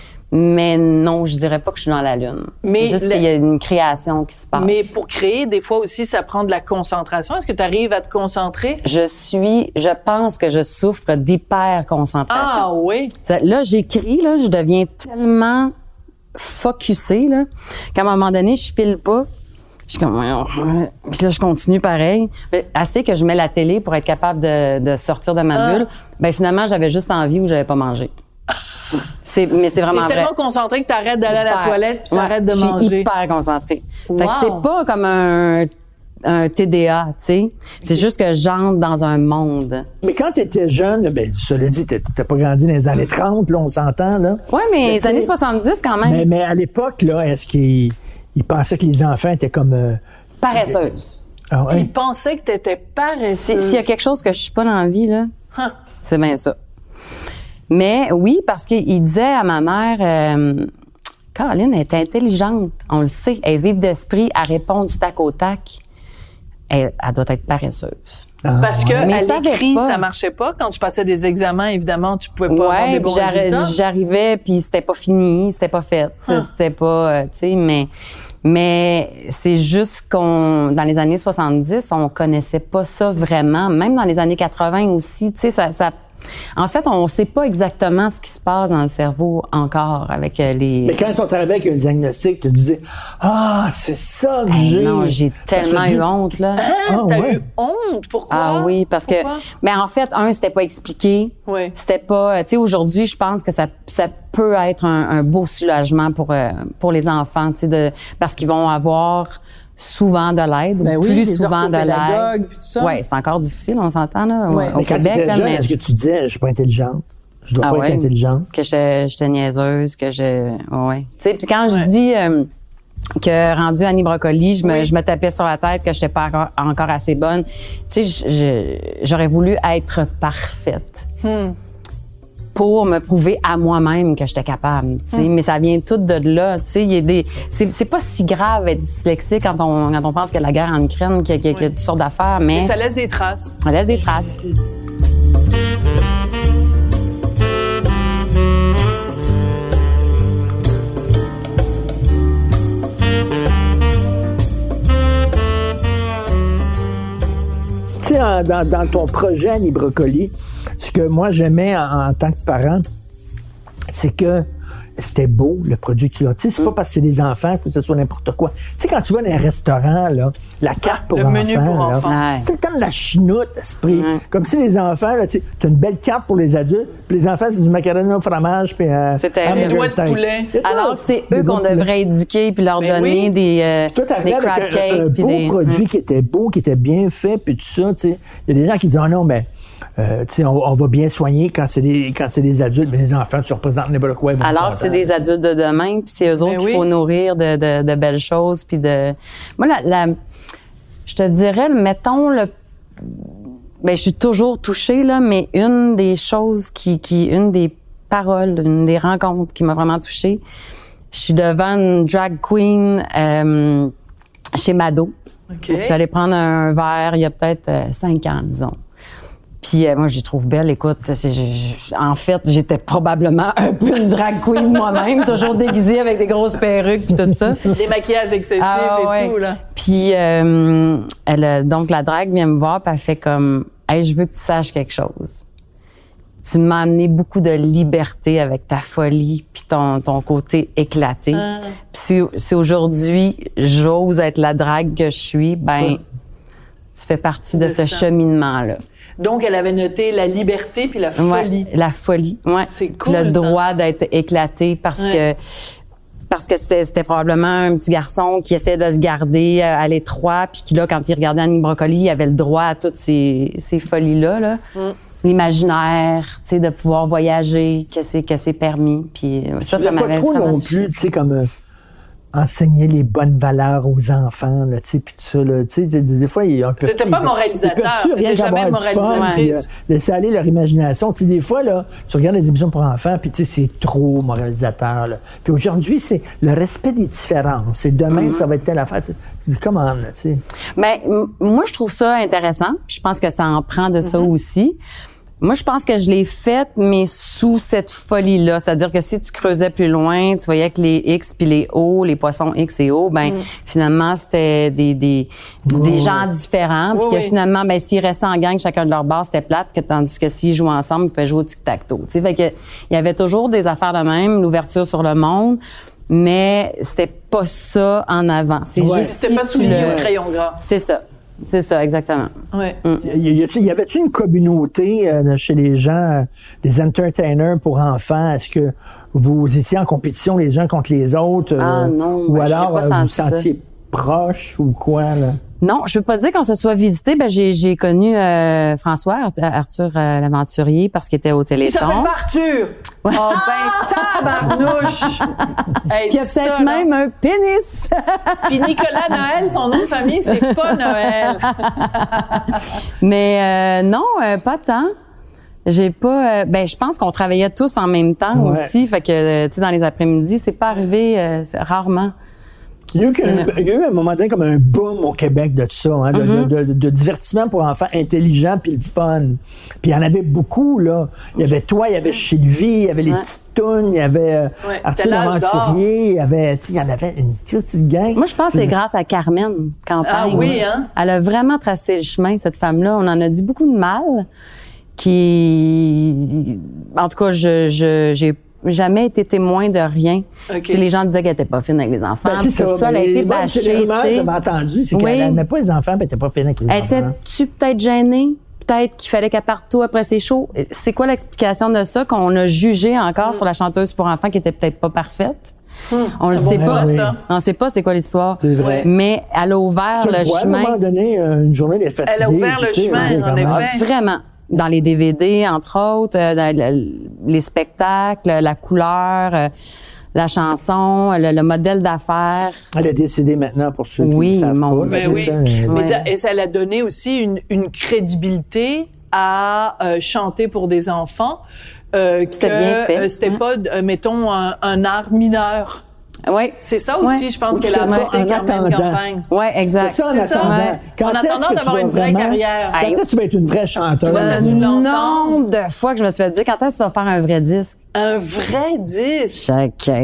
mais non, je dirais pas que je suis dans la lune. Mais C'est juste le- qu'il y a une création qui se passe. Mais pour créer, des fois aussi, ça prend de la concentration. Est-ce que tu arrives à te concentrer? Je suis, je pense que je souffre d'hyper-concentration. Ah oui. Ça- Là, j'écris, là, je deviens tellement focusée, là, qu'à un moment donné, je pile pas. Je suis comme, ouais. Puis là, je continue pareil. Mais assez que je mets la télé pour être capable de, de sortir de ma Ah. bulle. Ben finalement, j'avais juste envie ou j'avais pas mangé. C'est, mais c'est T'es vraiment vrai. tellement concentré que t'arrêtes d'aller à la Hyper. toilette puis t'arrêtes Ouais, de je suis manger. hyper concentrée. Fait Wow. que c'est pas comme un, un T D A, tu sais. C'est juste que j'entre dans un monde. Mais quand tu étais jeune, ben, cela dit, tu n'as pas grandi dans les années trente, là, on s'entend, là. Ouais, mais Mais les tu sais- années soixante-dix quand même. Mais, mais à l'époque, là, est-ce qu'ils ils pensaient que les enfants étaient comme... euh, Paresseuse. ah ouais? Il pensait que t'étais paresseux. Si- S'il y a quelque chose que je suis pas dans la vie, là, Hein. c'est bien ça. Mais oui, parce qu'il disait à ma mère, euh, Caroline est intelligente, on le sait, elle est vive d'esprit, elle répond du tac au tac. Elle, elle doit être paresseuse. Ah, Parce que Mais à ça avait l'écrit, pas. ça marchait pas. Quand tu passais des examens, évidemment, tu pouvais pas avoir des Ouais, bons puis j'arri- résultats. j'arrivais, puis c'était pas fini, c'était pas fait, Huh. c'était pas, euh, tu sais, mais mais c'est juste qu'on, dans les années soixante-dix, on connaissait pas ça vraiment, même dans les années quatre-vingts aussi, tu sais, ça, ça, en fait, on sait pas exactement ce qui se passe dans le cerveau encore avec euh, les. Mais quand ils sont arrivés avec un diagnostic, tu te dis « Ah, c'est ça que Hey, j'ai! » non, j'ai tellement eu honte, là. Hein? Ah, T'as ouais. eu honte? Pourquoi? Ah oui, parce Pourquoi? que, ben en fait, un, c'était pas expliqué. Oui. C'était pas, tu sais, aujourd'hui, je pense que ça, ça peut être un, un beau soulagement pour euh, pour les enfants, tu sais, de parce qu'ils vont avoir souvent de l'aide, Ben ou oui, plus des souvent de orthopédagogues, l'aide. puis tout ça. Ouais, c'est encore difficile, on s'entend là, au- Ouais. au Mais quand tu Québec étais là, jeune, mais est-ce que tu disais « Je suis pas intelligente, je dois Ah pas ouais. être intelligente? que j'étais j'étais niaiseuse, que je, ouais. Tu sais, puis quand Ouais. je dis euh, que rendu Annie Brocoli, je me, Oui. je me tapais sur la tête que j'étais pas encore, encore assez bonne. Tu sais, je- je- j'aurais voulu être parfaite Hmm. pour me prouver à moi-même que j'étais capable. Tu sais, Hmm. mais ça vient tout de là. Tu sais, il y a des, c'est, c'est pas si grave être dyslexique quand on quand on pense que la guerre en Ukraine, qu'il y a, qu'il y a- qu'il y a toutes sortes d'affaires, mais Et ça laisse des traces. on laisse des traces. Tu sais, en- dans, dans ton projet Annie Brocoli, ce que moi j'aimais en, en tant que parent, c'est que c'était beau, le produit que tu as. Tu sais, c'est mm. pas parce que c'est des enfants que ce soit n'importe quoi. Tu sais, quand tu vas dans un restaurant, là, la carte pour le enfants, menu pour là, enfants. c'est tout le temps de la chinoute, esprit. Mm. Comme si les enfants, là, tu as une belle carte pour les adultes, puis les enfants, c'est du macaroni au fromage, puis euh, des doigts de poulet. Alors que c'est eux qu'on devrait éduquer puis leur ben donner oui. des, euh, toi, des crab un, cakes. Un, un beau des... produit mm. qui était beau, qui était bien fait, puis tout ça, tu sais. Il y a des gens qui disent, oh non, mais Euh, tu sais, on, on va bien soigner quand c'est des quand c'est des adultes, mais les enfants, tu représentes n'importe quoi. Alors que c'est des adultes de demain, puis c'est eux autres qu'il oui. faut nourrir de, de, de belles choses, puis de. Moi, la, la, je te dirais, mettons le. Ben, je suis toujours touchée là, mais une des choses qui, qui, une des paroles, une des rencontres qui m'a vraiment touchée, je suis devant une drag queen euh, chez Mado. Okay. J'allais prendre un verre il y a peut-être euh, cinq ans, disons. Puis euh, moi, je les trouve belle. Écoute, c'est, je, je, en fait, j'étais probablement un peu une drag queen moi-même, toujours déguisée avec des grosses perruques puis tout ça. Des maquillages excessifs ah, et ouais. tout, là. Puis, euh, elle, donc, la drag vient me voir puis elle fait comme « Hey, je veux que tu saches quelque chose. Tu m'as amené beaucoup de liberté avec ta folie puis ton, ton côté éclaté. Ah. Puis si, si aujourd'hui, j'ose être la drag que je suis, ben, ah. tu fais partie de, de ce ça. cheminement-là. » Donc, elle avait noté la liberté puis la folie. Ouais, la folie, ouais. C'est cool, le ça. droit d'être éclaté parce ouais. que parce que c'était, c'était probablement un petit garçon qui essayait de se garder à l'étroit puis qui là, quand il regardait Annie Brocoli, il avait le droit à toutes ces, ces folies-là, là. Mm. L'imaginaire, tu sais, de pouvoir voyager, que c'est que c'est permis. Puis ça, ça m'avait pas trop non touché. plus, tu sais, comme. Euh... enseigner les bonnes valeurs aux enfants, là, tu sais, puis tout ça, là, tu sais, des, des fois, il y a un peu... T'étais pas moralisateur, t'étais jamais moralisatrice. Euh, laisser aller leur imagination. Tu sais, des fois, là, tu regardes les émissions pour enfants, puis tu sais, c'est trop moralisateur, là. Puis aujourd'hui, c'est le respect des différences. Et demain, mm-hmm. ça va être telle affaire. C'est comment, là, tu sais? Mais m- moi, je trouve ça intéressant. Je pense que ça en prend de ça mm-hmm. aussi. Moi, je pense que je l'ai faite, mais sous cette folie-là. C'est-à-dire que si tu creusais plus loin, tu voyais que les X puis les O, les poissons X et O, ben mm. finalement, c'était des des, oh. des gens différents. Puis oh, que oui. finalement, ben s'ils restaient en gang, chacun de leur bord, c'était plate. Que, tandis que s'ils jouaient ensemble, ils pouvaient jouer au tic-tac-toe. Tu sais, fait que il y avait toujours des affaires de même, l'ouverture sur le monde. Mais c'était pas ça en avant. C'est ouais. juste C'était si pas souligné le... au crayon gras. C'est ça. C'est ça, exactement. Ouais. Mm. Y, y, y avait-tu une communauté euh, chez les gens, euh, des entertainers pour enfants? Est-ce que vous étiez en compétition les uns contre les autres? Euh, ah non, ou ben, alors pas euh, vous ça. sentiez proche ou quoi, là? Non, je veux pas dire qu'on se soit visité. Ben j'ai j'ai connu euh, François Arthur euh, l'aventurier parce qu'il était au Téléthon. Il s'appelle pas Arthur. Ouais. Oh ben tabarnouche. Hey, qui a ça, peut-être là. même un pénis. Puis Nicolas Noël, son nom de famille, c'est pas Noël. Mais euh, non, euh, pas tant. J'ai pas. Euh, ben je pense qu'on travaillait tous en même temps ouais. aussi. Fait que tu sais dans les après-midi, c'est pas arrivé euh, c'est rarement. Il y, a eu un, il y a eu un moment donné comme un boom au Québec de tout ça, hein, de, mm-hmm. de, de, de divertissement pour enfants intelligents puis le fun. Puis il y en avait beaucoup, là. Il y avait toi, il y avait Sylvie, il y avait les ouais. petites tounes, il y avait euh, ouais, Arthur l'aventurier, il y avait, il y en avait une petite gang. Moi, je pense que c'est grâce à Carmen Campagne. Ah oui, hein? Elle a vraiment tracé le chemin, cette femme-là. On en a dit beaucoup de mal. Qui, en tout cas, je, je, j'ai jamais été témoin de rien. Okay. Puis les gens disaient qu'elle était pas fine avec les enfants. Ben, c'est ça, tout ça, elle a été bâchée. C'est le rumeur que j'avais entendu, c'est oui. qu'elle n'aimait pas les enfants, puis elle était pas fine avec les elle enfants. Était-tu peut-être gênée? Peut-être qu'il fallait qu'elle parte tôt après ses shows. C'est quoi l'explication de ça qu'on a jugé encore mm. sur la chanteuse pour enfants qui était peut-être pas parfaite? Hmm. On le ah sait bon, pas, oui. ça. On sait pas c'est quoi l'histoire. C'est vrai. Mais elle a ouvert tu le vois, chemin. À un moment donné, une journée d'être fatiguée. Elle a ouvert le chemin, en effet. Vraiment. Dans les D V D, entre autres, euh, dans les spectacles, la couleur, euh, la chanson, le, le modèle d'affaires. Elle est décédée maintenant pour ceux qui oui, ne savent mon pas. Mais oui, ça, mais ouais. et ça l'a donné aussi une, une crédibilité à euh, chanter pour des enfants. Euh, c'était que, bien fait. Euh, c'était ouais. pas, euh, mettons, un, un art mineur. Oui. C'est ça aussi, ouais. je pense, qu'elle a apporté Carmen Campagne. Oui, exact. C'est ça, en c'est attendant. Ça. Quand en attendant d'avoir une vraie vraiment, carrière. Quand est-ce que tu vas être une vraie chanteuse? Le nombre de fois que je me suis fait dire, quand est-ce que tu vas faire un vrai disque? Un vrai disque? Chacun.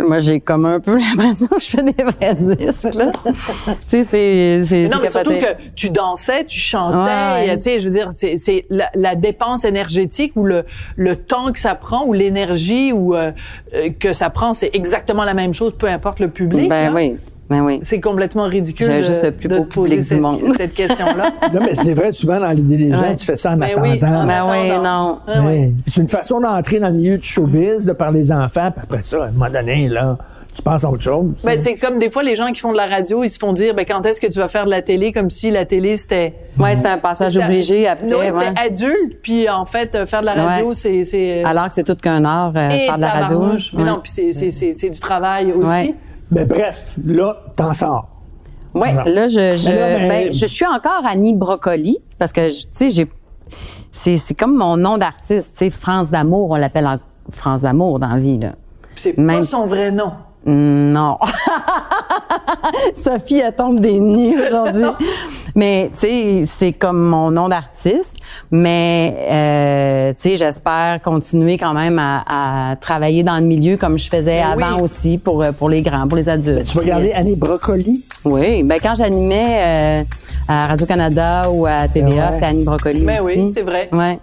moi, j'ai comme un peu l'impression que je fais des vrais disques, là. tu sais, c'est, c'est, non, c'est mais surtout capoté. que tu dansais, tu chantais, Ouais, ouais. tu sais, je veux dire, c'est, c'est la, la dépense énergétique ou le, le temps que ça prend ou l'énergie ou euh, euh, que ça prend, c'est exactement la même chose, peu importe le public. Ben là. oui, ben oui. C'est complètement ridicule J'ai de, juste le plus de beau te poser public du cette, monde. cette question-là. Non, mais c'est vrai, souvent, dans l'idée des gens, Ouais. tu fais ça en Ben oui, attendant. en Ben oui, attendant. non. Ah ouais. Ouais. C'est une façon d'entrer dans le milieu du showbiz, de par les enfants, puis après ça, à un moment donné, là, tu penses à autre chose. Ben, c'est comme des fois, les gens qui font de la radio, ils se font dire, ben, quand est-ce que tu vas faire de la télé, comme si la télé, c'était... Ouais, c'est un passage c'était- obligé après, Oui, ouais. c'était adulte, puis en fait, euh, faire de la radio, Ouais. c'est... c'est Alors que c'est tout qu'un art, euh, et faire de la radio. tabarnouche. Mais Ouais. non, puis c'est, c'est, c'est, c'est du travail aussi. Ouais. Mais bref, là, t'en sors. Oui, Alors. là, je, je, Mais là, ben- ben, je suis encore Annie Brocoli, parce que, je- tu sais, j'ai, c'est, c'est comme mon nom d'artiste, tu sais, France d'amour, on l'appelle en France d'amour dans la vie, là. Puis c'est Même- pas son vrai nom. Non. Sophie, elle tombe des nues aujourd'hui. Mais, tu sais, c'est comme mon nom d'artiste. Mais, euh, tu sais, j'espère continuer quand même à, à travailler dans le milieu comme je faisais Ben avant oui. aussi pour, pour les grands, pour les adultes. Tu vas garder Annie Brocoli? Oui, ben quand j'animais euh, à Radio-Canada ou à T V A, Ouais. c'était Annie Brocoli Ben aussi. oui, c'est vrai. Ouais.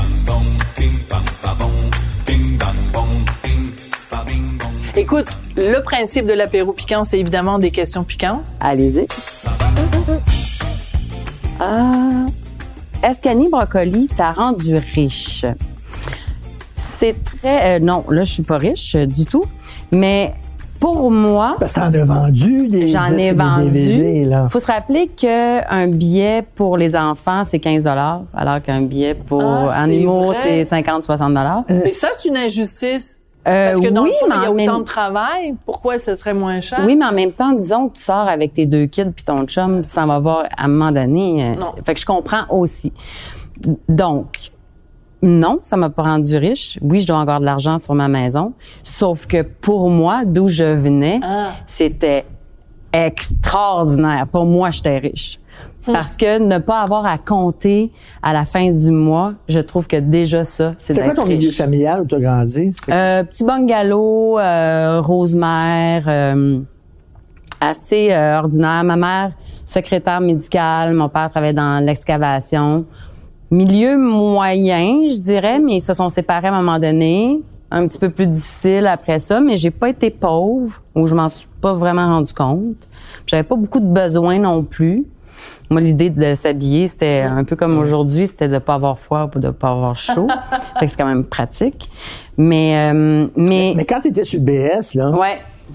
Écoute, le principe de l'apéro piquant, c'est évidemment des questions piquantes. Allez-y. Ah, est-ce qu'Annie Brocoli t'a rendu riche? C'est très... euh, non, là, je suis pas riche euh, du tout. Mais pour moi... Parce que t'en as vendu des J'en disques et ai des vendu. D V D, là. Il faut se rappeler qu'un billet pour les enfants, c'est quinze dollars, alors qu'un billet pour Ah, c'est animaux, vrai. c'est cinquante à soixante dollars. Mais ça, c'est une injustice. Euh, Parce que dans oui, le fond, mais il y a en même- autant de travail. Pourquoi ce serait moins cher? Oui, mais en même temps, disons que tu sors avec tes deux kids puis ton chum, ça va voir à un moment donné. euh, Non. Fait que je comprends aussi. Donc, non, ça m'a pas rendu riche. Oui, je dois avoir de l'argent sur ma maison. Sauf que pour moi, d'où je venais, Ah. c'était extraordinaire. Pour moi, j'étais riche. Hum. Parce que ne pas avoir à compter à la fin du mois, je trouve que déjà ça, c'est C'est quoi d'être ton milieu riche. familial où tu as grandi? C'est- Euh, petit bungalow, euh, Rosemère, euh, assez euh, ordinaire. Ma mère, secrétaire médicale, mon père travaillait dans l'excavation. Milieu moyen, je dirais, mais ils se sont séparés à un moment donné. Un petit peu plus difficile après ça, mais j'ai pas été pauvre, ou je m'en suis pas vraiment rendu compte. J'avais pas beaucoup de besoins non plus. Moi, l'idée de s'habiller, c'était un peu comme aujourd'hui, c'était de pas avoir froid ou de pas avoir chaud. Fait que c'est quand même pratique. Mais, euh, mais, Mais quand tu étais sur le B S, là, ouais.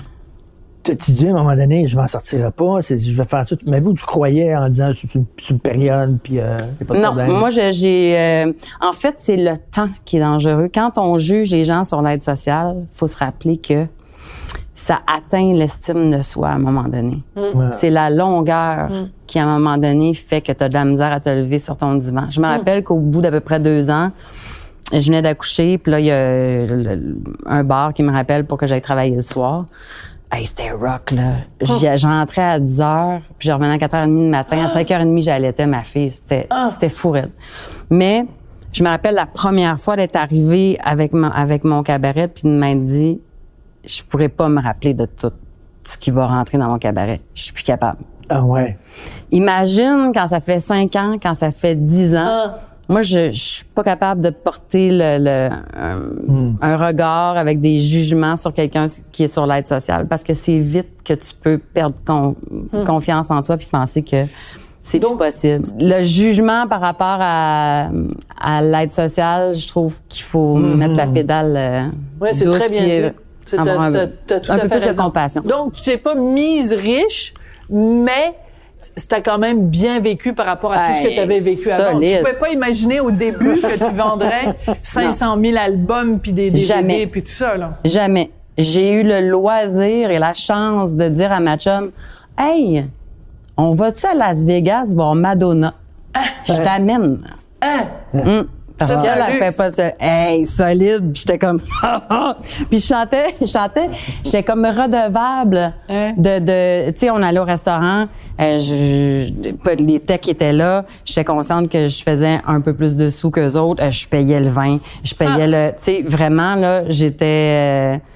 tu te dis à un moment donné, je m'en sortirai pas, c'est- je vais faire tout. Mais vous, tu croyais en disant c'est une, c'est une période, puis euh, y a pas de Non, problème. moi, je- j'ai. euh, en fait, c'est le temps qui est dangereux. Quand on juge les gens sur l'aide sociale, faut se rappeler que ça atteint l'estime de soi à un moment donné. Ouais. C'est la longueur qui, à un moment donné, fait que tu as de la misère à te lever sur ton divan. Je me rappelle qu'au bout d'à peu près deux ans, je venais d'accoucher, puis là, il y a le- le- un bar qui me rappelle pour que j'aille travailler le soir. Hey, c'était rock, là. J'y- J'entrais à dix heures, puis je revenais à quatre heures trente le matin. À cinq heures trente, j'allaitais ma fille. C'était c'était fou raide. Mais je me rappelle la première fois d'être arrivée avec mon, avec mon cabaret, puis de m'être dit, je pourrais pas me rappeler de tout ce qui va rentrer dans mon cabaret. Je suis plus capable. Ah ouais. Imagine quand ça fait cinq ans, quand ça fait dix ans. Ah. Moi, je, je suis pas capable de porter le, le un, un regard avec des jugements sur quelqu'un qui est sur l'aide sociale, parce que c'est vite que tu peux perdre con- confiance en toi puis penser que c'est plus possible. Le jugement par rapport à, à l'aide sociale, je trouve qu'il faut mettre la pédale euh, Oui, c'est douce très bien puis, dit. euh, C'est- avoir T'as, un, t'as- t'as tout un à peu fait plus de raison. compassion. Donc, tu t'es pas mise riche, mais t'as quand même bien vécu par rapport à tout ce que Hey, tu avais vécu avant. Tu solide. pouvais pas imaginer au début que tu vendrais cinq cent mille albums puis des D V D Jamais. puis tout ça, là. Jamais. J'ai eu le loisir et la chance de dire à ma chum, « Hey, on va-tu à Las Vegas voir Madonna? Je t'amène. Hein? Hum. Parce Ça, c'est qu'elle, un elle luxe. fait pas ça. Hey, solide. Puis j'étais comme, puis je chantais, je chantais, j'étais comme redevable Hein? de, de, tu sais, on allait au restaurant, euh, je, je- les techs étaient là, j'étais consciente que je faisais un peu plus de sous qu'eux autres, euh, je payais le vin, je payais Ah. le, tu sais, vraiment là, j'étais euh,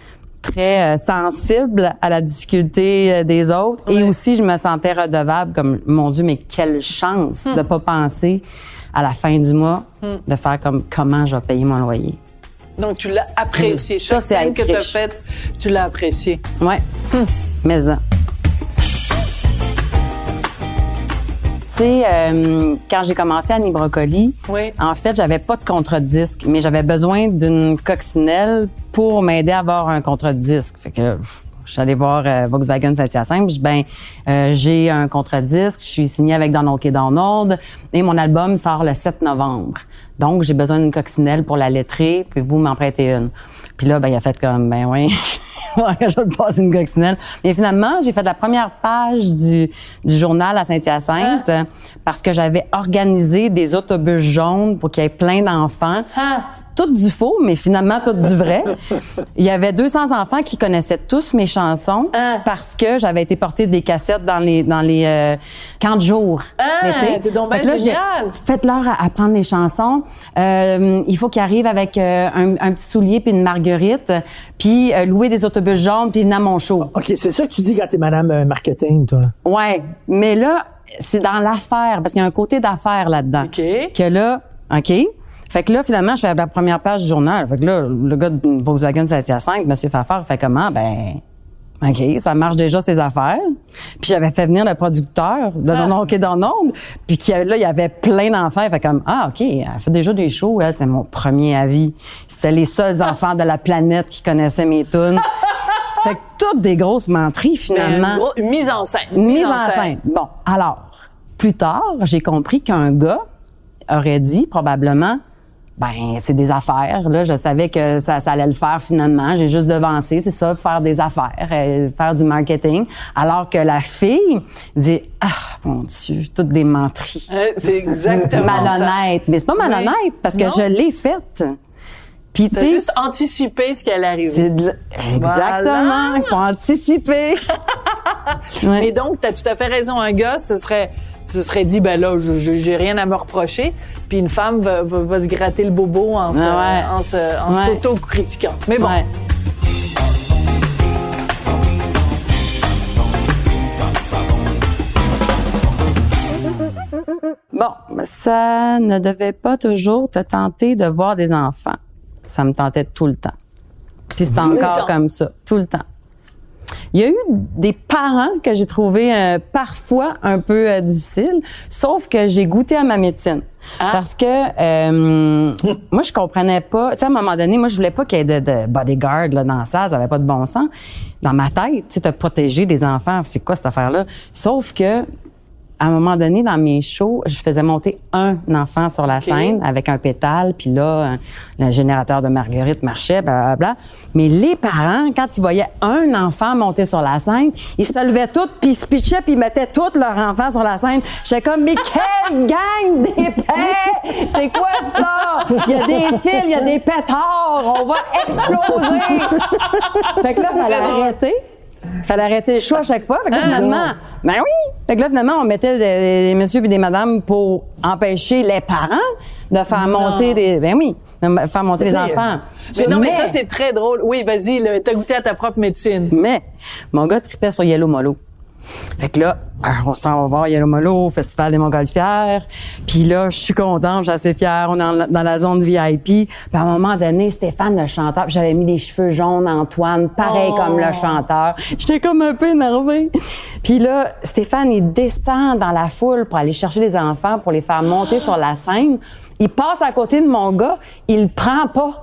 très euh, sensible à la difficulté euh, des autres. Ouais. Et aussi, je me sentais redevable comme, mon Dieu, mais quelle chance hum. de pas penser à la fin du mois, hum. de faire comme comment je vais payer mon loyer. Donc, tu l'as apprécié. Chaque ça, scène que tu as faite, tu l'as apprécié. Oui. Hum. Mais ça. Tu sais, euh, quand j'ai commencé à Nibrocoli, oui. en fait, j'avais pas de contre-disque, mais j'avais besoin d'une coccinelle pour m'aider à avoir un contre-disque. Fait que pff, je suis allée voir euh, Volkswagen Saint-Hyacinthe, je dis, ben, euh, j'ai un contre-disque, je suis signée avec Donald K. Donald, et mon album sort le sept novembre. Donc, j'ai besoin d'une coccinelle pour la lettrer, pouvez-vous m'en prêter une? Puis là, ben, il a fait comme, ben oui, je vais te passer une coccinelle. Mais finalement, j'ai fait la première page du, du journal à Saint-Hyacinthe ah. parce que j'avais organisé des autobus jaunes pour qu'il y ait plein d'enfants. Ah. Tout du faux, mais finalement tout du vrai. Il y avait deux cents enfants qui connaissaient tous mes chansons ah. parce que j'avais été porter des cassettes dans les dans les euh, camps de jour. Ah, t'es donc bien génial! Faites-leur apprendre les chansons. Euh, il faut qu'ils arrivent avec euh, un, un petit soulier puis une marguerite, puis euh, louer des autobus jaunes puis venir à mon show. OK, c'est ça que tu dis quand t'es madame euh, marketing, toi. Ouais, mais là, c'est dans l'affaire, parce qu'il y a un côté d'affaires là-dedans. OK. Que là, OK. Fait que là, finalement, je fais la première page du journal. Fait que là, le gars de Volkswagen Saint-Hyacinthe, M. Fafard, fait comment? Ben, OK, ça marche déjà, ses affaires. Puis j'avais fait venir le producteur de ah. Donald K. Donald, puis qui, là, il y avait plein d'enfants. Il fait comme, ah, OK, elle fait déjà des shows, elle, c'est mon premier avis. C'était les seuls enfants de la planète qui connaissaient mes tunes. Fait que toutes des grosses menteries, finalement. Une, gros, une mise en scène. Une mise en, en scène. scène. Bon, alors, plus tard, j'ai compris qu'un gars aurait dit, probablement, ben, c'est des affaires. Là, je savais que ça, ça allait le faire finalement. J'ai juste devancé, c'est ça, faire des affaires, euh, faire du marketing. Alors que la fille dit, ah, mon Dieu, toutes des menteries. Euh, c'est exactement malhonnête. Ça. Mais c'est pas malhonnête oui. parce que non. je l'ai faite. Puis tu juste anticipé ce qui allait arriver. C'est de... Exactement, il faut anticiper. ouais. Mais donc, t'as tout à fait raison. Un gars, ce serait, ce serait dit, ben là, je, je, j'ai rien à me reprocher. Puis une femme va, va, va se gratter le bobo en, se, ouais. en, se, en ouais. s'auto-critiquant. Mais bon. Ouais. Bon, ça ne devait pas toujours te tenter de voir des enfants. Ça me tentait tout le temps. Puis c'est encore comme ça, tout le temps. Il y a eu des parents que j'ai trouvé euh, parfois un peu euh, difficiles, sauf que j'ai goûté à ma médecine. Ah. Parce que euh, moi, je comprenais pas. Tu sais, à un moment donné, moi, je voulais pas qu'il y ait de, de bodyguard là, dans ça, ça avait pas de bon sens. Dans ma tête, tu sais, te protéger des enfants, c'est quoi cette affaire-là? Sauf que à un moment donné, dans mes shows, je faisais monter un enfant sur la okay. scène avec un pétale, puis là, le générateur de marguerite marchait, blablabla. Mais les parents, quand ils voyaient un enfant monter sur la scène, ils se levaient tous, puis ils se pitchaient, puis ils mettaient tous leurs enfants sur la scène. J'étais comme, mais quelle gang d'épais! C'est quoi ça? Il y a des fils, il y a des pétards, on va exploser! Fait que là, il fallait arrêter. Fallait arrêter le show à chaque fois. Fait que là, finalement, ben oui! Fait que là, finalement, on mettait des, des messieurs et des madames pour empêcher les parents de faire non. monter des... Ben oui, de faire monter les enfants. Mais non, mais, mais ça, c'est très drôle. Oui, vas-y, là, t'as goûté à ta propre médecine. Mais mon gars tripait sur Yellow Molo. Fait que là, on s'en va voir Yellow Molo au Festival des Montgolfières. Puis là, je suis contente, je suis assez fière. On est dans, dans la zone V I P. Puis à un moment donné, Stéphane, le chanteur, puis j'avais mis des cheveux jaunes, Antoine, pareil oh. comme le chanteur. J'étais comme un peu énervée. Puis là, Stéphane, il descend dans la foule pour aller chercher les enfants, pour les faire monter sur la scène. Il passe à côté de mon gars, il le prend pas.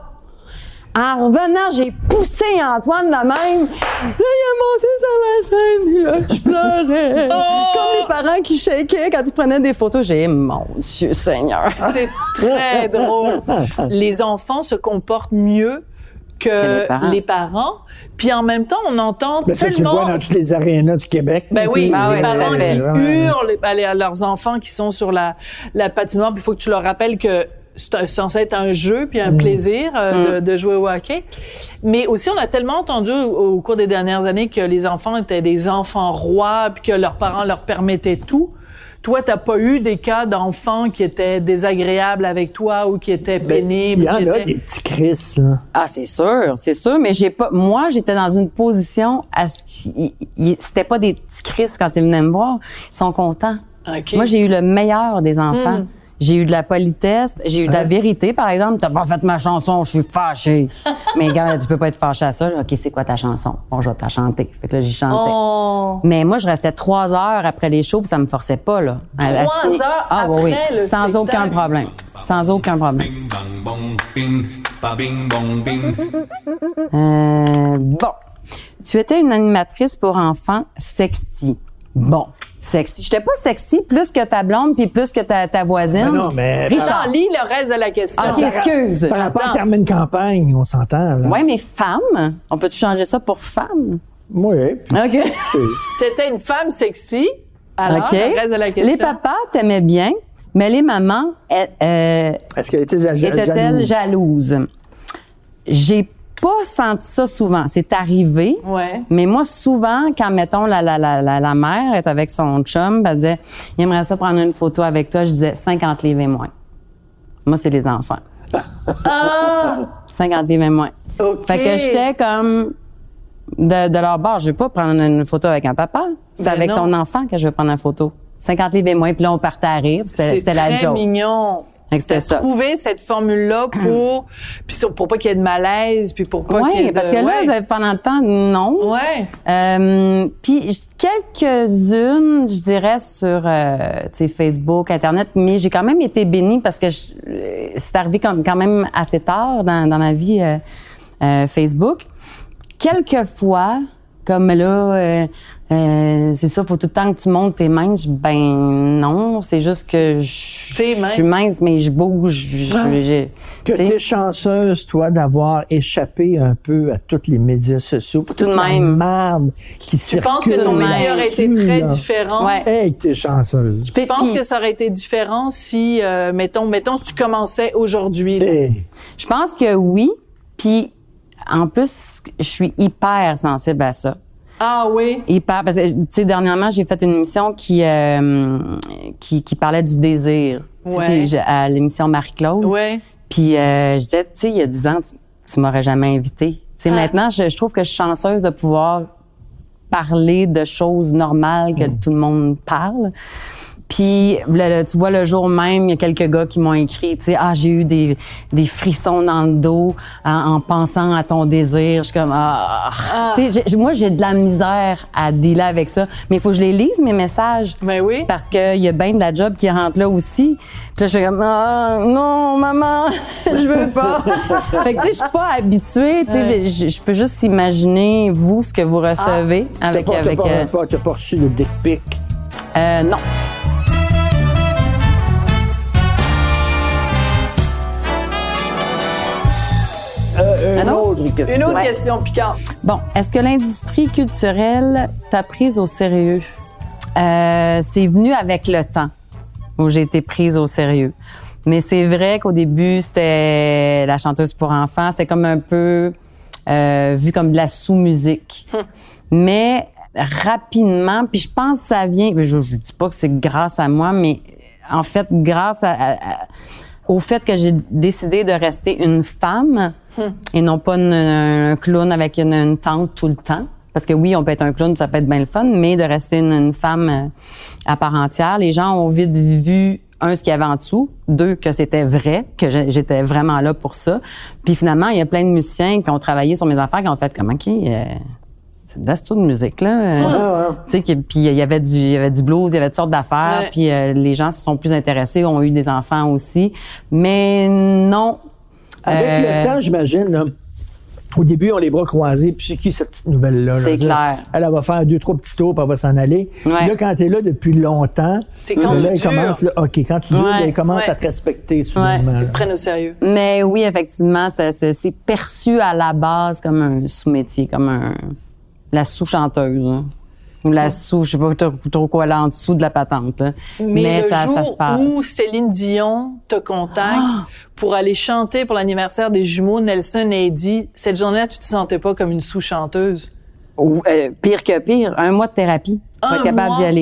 En revenant, j'ai poussé Antoine de même. Là, il a monté sur la scène. Puis là, je pleurais. Oh! Comme les parents qui shakaient quand ils prenaient des photos. J'ai dit, mon Dieu Seigneur. C'est très drôle. Les enfants se comportent mieux que, que les, parents. les parents. Puis en même temps, on entend mais ça, tellement... tu le vois dans toutes les arénas du Québec. Ben oui, ah les ouais, parents qui fait. hurlent les, à leurs enfants qui sont sur la, la patinoire. Puis il faut que tu leur rappelles que c'est censé être un jeu puis un mmh. plaisir euh, mmh. de, de jouer au hockey. Mais aussi, on a tellement entendu au, au cours des dernières années que les enfants étaient des enfants rois puis que leurs parents leur permettaient tout. toi, t'as pas eu des cas d'enfants qui étaient désagréables avec toi ou qui étaient Ben, pénibles? il y en qui a étaient- des petits Chris, là. Ah, c'est sûr, c'est sûr, mais j'ai pas. Moi, j'étais dans une position à ce qu'il- il- c'était pas des petits cris quand ils venaient me voir. Ils sont contents. OK. Moi, j'ai eu le meilleur des enfants. Hmm. J'ai eu de la politesse, j'ai eu de la vérité, par exemple. T'as pas fait ma chanson, je suis fâchée. Mais gars, tu peux pas être fâché à ça. OK, c'est quoi ta chanson? Bon, je vais te la chanter. Fait que là, j'y chantais. Oh. Mais moi, je restais trois heures après les shows, puis ça me forçait pas, là. À- à Trois signer. heures ah, oui, après oui. le Sans spectacle? aucun problème. Sans aucun problème. Bing bang bong bing, ba bing bong bing. Euh, bon. Tu étais une animatrice pour enfants sexy. Bon. Sexy. J'étais pas sexy plus que ta blonde puis plus que ta, ta voisine. Ben non, mais- Richard. Non, lis le reste de la question. OK, excuse. Par rapport Attends. à Carmen Campagne, on s'entend, là. Ouais, mais femme. On peut-tu changer ça pour femme? Oui. OK. C'est- T'étais une femme sexy. Alors, OK. le reste de la question. Les papas t'aimaient bien, mais les mamans, elles, euh, Est-ce qu'elle était ja- étaient-elles jalouse? jalouses? J'ai pas senti ça souvent. C'est arrivé. Ouais. Mais moi, souvent, quand, mettons, la, la, la, la, la mère est avec son chum, elle disait, il aimerait ça prendre une photo avec toi. Je disais, cinquante livres et moins. Moi, c'est les enfants. Ah! cinquante livres et moins. OK. Fait que j'étais comme, de, de leur bord, je vais pas prendre une photo avec un papa. C'est Ben avec non. ton enfant que je vais prendre une photo. cinquante livres et moins. Puis là, on partait à rire. puis C'était C'est c'était la très joke. mignon. Fait que c'était T'as ça. trouvé cette formule-là pour, puis sur- pour pas qu'il y ait de malaise, puis pour pas qu'il y ait Oui, de... parce que là, ouais. de- pendant le temps, non. Ouais. Euh, puis j- quelques-unes, je dirais, sur euh, tu sais, Facebook, Internet, mais j'ai quand même été bénie parce que je- euh, c'est arrivé comme, quand même assez tard dans, dans ma vie euh, euh, Facebook. Quelquefois, comme là, euh, euh, c'est ça, faut tout le temps que tu montes tes mains. Je- Ben non, c'est juste que je Tes mains. je suis mince, mais je bouge. je- je- j'ai- Que tu sais. tu es chanceuse, toi, d'avoir échappé un peu à tous les médias sociaux. Pour Tout de toute la même. merde qui Tu penses que circule ton Tout de métier même. aurait été là-dessus, très là. différent? Ouais. Hey, t'es chanceuse. Je pense Puis- que ça aurait été différent si, euh, mettons, mettons, si tu commençais aujourd'hui. là. Hey. Je pense que oui. Puis, en plus, je suis hyper sensible à ça. Ah oui? Hyper, parce que, tu sais, dernièrement, j'ai fait une émission qui, euh, qui, qui parlait du désir. Tu sais, Ouais. puis j'ai- à l'émission Marie-Claude. Ouais. Puis, euh, je disais, tu sais, il y a dix ans, tu, tu m'aurais jamais invité. Tu sais, Ah. maintenant, je, je trouve que je suis chanceuse de pouvoir parler de choses normales que tout le monde parle. Puis, le- le- tu vois, le jour même, il y a quelques gars qui m'ont écrit, tu sais, ah, j'ai eu des, des frissons dans le dos en, en pensant à ton désir. Je suis comme, ah, tu sais, j'ai- moi, j'ai de la misère à dealer avec ça. Mais il faut que je les lise, mes messages. Ben oui. Parce qu'il y a bien de la job qui rentre là aussi. Puis là, je suis comme, ah, non, maman, je veux pas. fait que, tu sais, je suis pas habituée, tu sais, Ouais. je, je peux juste imaginer, vous, ce que vous recevez avec, T'as pas, avec, t'as pas, euh, pas- t'as pas reçu le dick pic. euh, non. Euh, une non? autre question. Une autre Ouais. question piquante. Bon, est-ce que l'industrie culturelle t'a prise au sérieux? Euh, c'est venu avec le temps où j'ai été prise au sérieux. Mais c'est vrai qu'au début, c'était la chanteuse pour enfants. C'est comme un peu euh, vu comme de la sous-musique. Mais rapidement, puis je pense que ça vient... Je, je dis pas que c'est grâce à moi, mais en fait, grâce à, à- à- au fait que j'ai décidé de rester une femme et non pas une- un clown avec une, une tante tout le temps. Parce que oui, on peut être un clown, ça peut être bien le fun, mais de rester une, une femme euh, à part entière, les gens ont vite vu, un, ce qu'il y avait en dessous, deux, que c'était vrai, que je- j'étais vraiment là pour ça. Puis finalement, il y a plein de musiciens qui ont travaillé sur mes affaires, qui ont fait comme, OK, euh, c'est de la studio de musique, là. Euh, Ah, ouais. tu sais, que- puis il y avait du, il y avait du blues, il y avait toutes sortes d'affaires, Ouais. puis euh, les gens se sont plus intéressés, ont eu des enfants aussi. Mais non. Avec Euh, le temps, j'imagine, là, au début, on a les bras croisés, puis c'est qui cette petite nouvelle-là? là? C'est Je veux dire, clair. Elle, elle va faire deux, trois petits tours, puis elle va s'en aller. Ouais. Puis là, quand t'es là depuis longtemps, C'est quand là, tu il dures. commence, là, OK, quand tu dures, Ouais. là, il commence Ouais. à te respecter, soudainement. Ouais. là. Prenne au sérieux. Mais oui, effectivement, ça- ça- c'est perçu à la base comme un sous-métier, comme un la sous-chanteuse. hein. Ou la sous, je sais pas trop, trop quoi, là, en dessous de la patente. là. Mais, le ça, jour ça se passe. où Céline Dion te contacte pour aller chanter pour l'anniversaire des jumeaux Nelson et Eddie, cette journée-là, tu te sentais pas comme une sous-chanteuse? Ou, euh, pire que pire, un mois de thérapie pour Un être capable mois? d'y aller.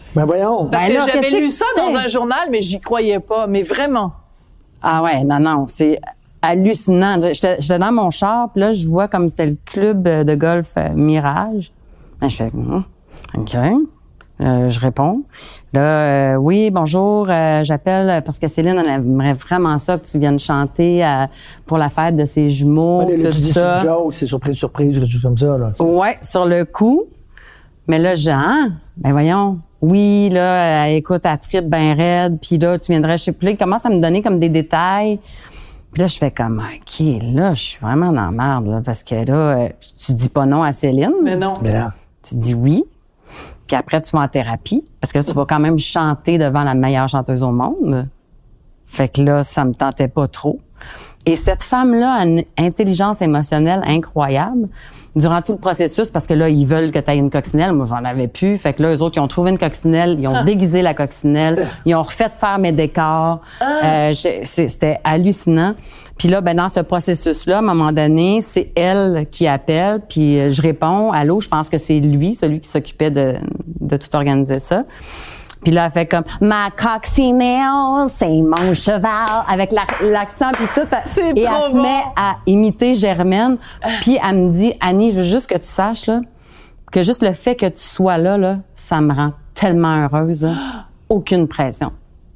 Ben voyons. Parce Ben que là, j'avais qu'est-ce lu que ça tu dans fais? un journal, mais j'y croyais pas. Mais vraiment. Ah ouais, non, non, c'est hallucinant. J'étais, j'étais dans mon char, puis là, je vois comme c'était le club de golf euh, Mirage. Ben, je fais, hum, OK. Euh, je réponds. Là, euh, oui, bonjour, euh, j'appelle parce que Céline, elle aimerait vraiment ça que tu viennes chanter euh, pour la fête de ses jumeaux, Ouais, là, tout tu dis ça. c'est une joke, c'est surprise, surprise, quelque chose comme ça. Là, tu sais. Ouais, sur le coup. Mais là, j'ai, hein? Ben voyons. Oui, là, euh, écoute, elle tripe ben raide, puis là, tu viendrais chez plus. Il commence à me donner comme des détails. Puis là, je fais comme, OK, là, je suis vraiment dans la merde, là, parce que là, euh, tu dis pas non à Céline. Mais non. Mais là, Tu dis oui. Puis après, tu vas en thérapie, parce que là, tu vas quand même chanter devant la meilleure chanteuse au monde. Fait que là, ça me tentait pas trop. Et cette femme-là a une intelligence émotionnelle incroyable durant tout le processus, parce que là, ils veulent que tu aies une coccinelle. Moi, j'en avais plus. Fait que là, eux autres, ils ont trouvé une coccinelle, ils ont Ah. déguisé la coccinelle, ils ont refait faire mes décors. Euh, j'ai- c'est- c'était hallucinant. Puis là, ben dans ce processus-là, à un moment donné, c'est elle qui appelle, puis euh, je réponds, allô, je pense que c'est lui, celui qui s'occupait de, de tout organiser ça. Puis là, elle fait comme « Ma coccinelle, c'est mon cheval », avec la- l'accent puis tout. C'est Et trop elle se bon. met à imiter Germaine. Puis elle me dit « Annie, je veux juste que tu saches là, que juste le fait que tu sois là, là, ça me rend tellement heureuse. là. Aucune pression. »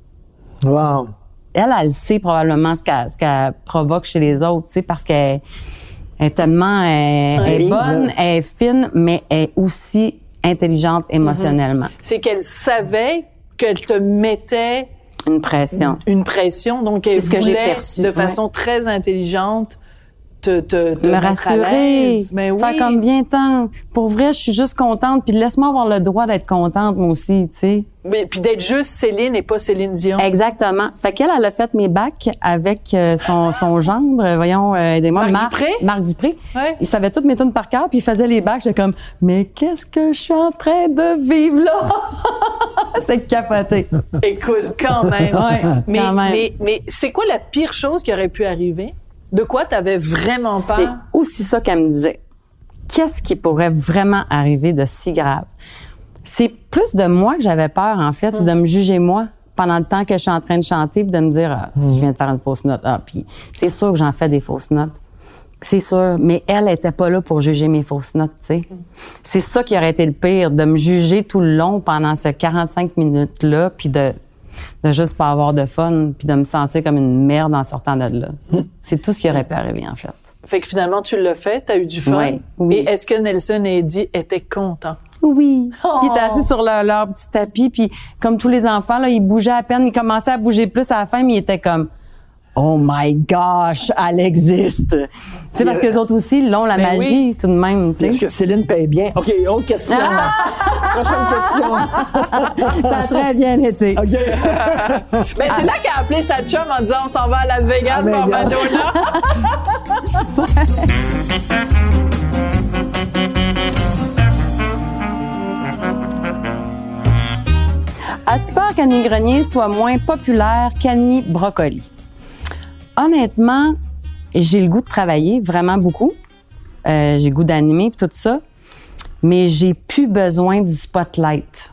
wow. Elle, elle sait probablement ce qu'elle, ce qu'elle provoque chez les autres, tu sais, parce qu'elle elle est tellement elle, elle est Oui, bonne, là. elle est fine, mais elle est aussi intelligente émotionnellement. C'est qu'elle savait qu'elle te mettait Une pression. une pression, donc elle C'est ce que j'ai voulait, perçu, de ouais. façon très intelligente, te, te, te Me mettre à rassurer, l'aise. Mais oui. faire comme bien temps. Pour vrai, je suis juste contente, puis laisse-moi avoir le droit d'être contente moi aussi, tu sais. Oui, puis d'être juste Céline et pas Céline Dion. Exactement. Fait qu'elle, elle a fait mes bacs avec euh, son, son gendre, euh, voyons, euh, aidez-moi. Marc Dupré? Marc Dupré. Ouais. Il savait toutes mes tunes par cœur, puis il faisait les bacs. J'étais comme, mais qu'est-ce que je suis en train de vivre là? C'est capoté. Écoute, quand même. Ouais, mais, quand même. mais, mais c'est quoi la pire chose qui aurait pu arriver? De quoi t'avais vraiment C'est peur? aussi ça qu'elle me disait. Qu'est-ce qui pourrait vraiment arriver de si grave? C'est plus de moi que j'avais peur, en fait, de me juger moi pendant le temps que je suis en train de chanter, puis de me dire, ah, si je viens de faire une fausse note, ah, puis c'est sûr que j'en fais des fausses notes. C'est sûr. Mais elle était pas là pour juger mes fausses notes, tu sais. C'est ça qui aurait été le pire, de me juger tout le long pendant ces quarante-cinq minutes-là, puis de, de juste pas avoir de fun, puis de me sentir comme une merde en sortant de là. C'est tout ce qui aurait pu arriver, en fait. Fait que finalement, tu l'as fait, t'as eu du fun. Oui, oui. Et est-ce que Nelson et Eddie étaient contents? Oui. Oh. Puis ils étaient assis sur leur, leur petit tapis, puis comme tous les enfants, là, ils bougeaient à peine, ils commençaient à bouger plus à la fin, mais ils étaient comme « Oh my gosh, elle existe! » Tu sais, parce qu'eux autres aussi, ils ont la Ben magie, oui. tout de même, tu Est-ce sais. que Céline paye bien? OK, autre question. Prochaine question. Ça a très bien été. OK. Ben, c'est là qu'elle a appelé sa chum en disant on s'en va à Las Vegas À voir Vegas. Madonna. As-tu peur qu'Annie Grenier soit moins populaire qu'Annie Brocoli? Honnêtement, j'ai le goût de travailler vraiment beaucoup. Euh, j'ai le goût d'animer et tout ça. Mais j'ai plus besoin du spotlight.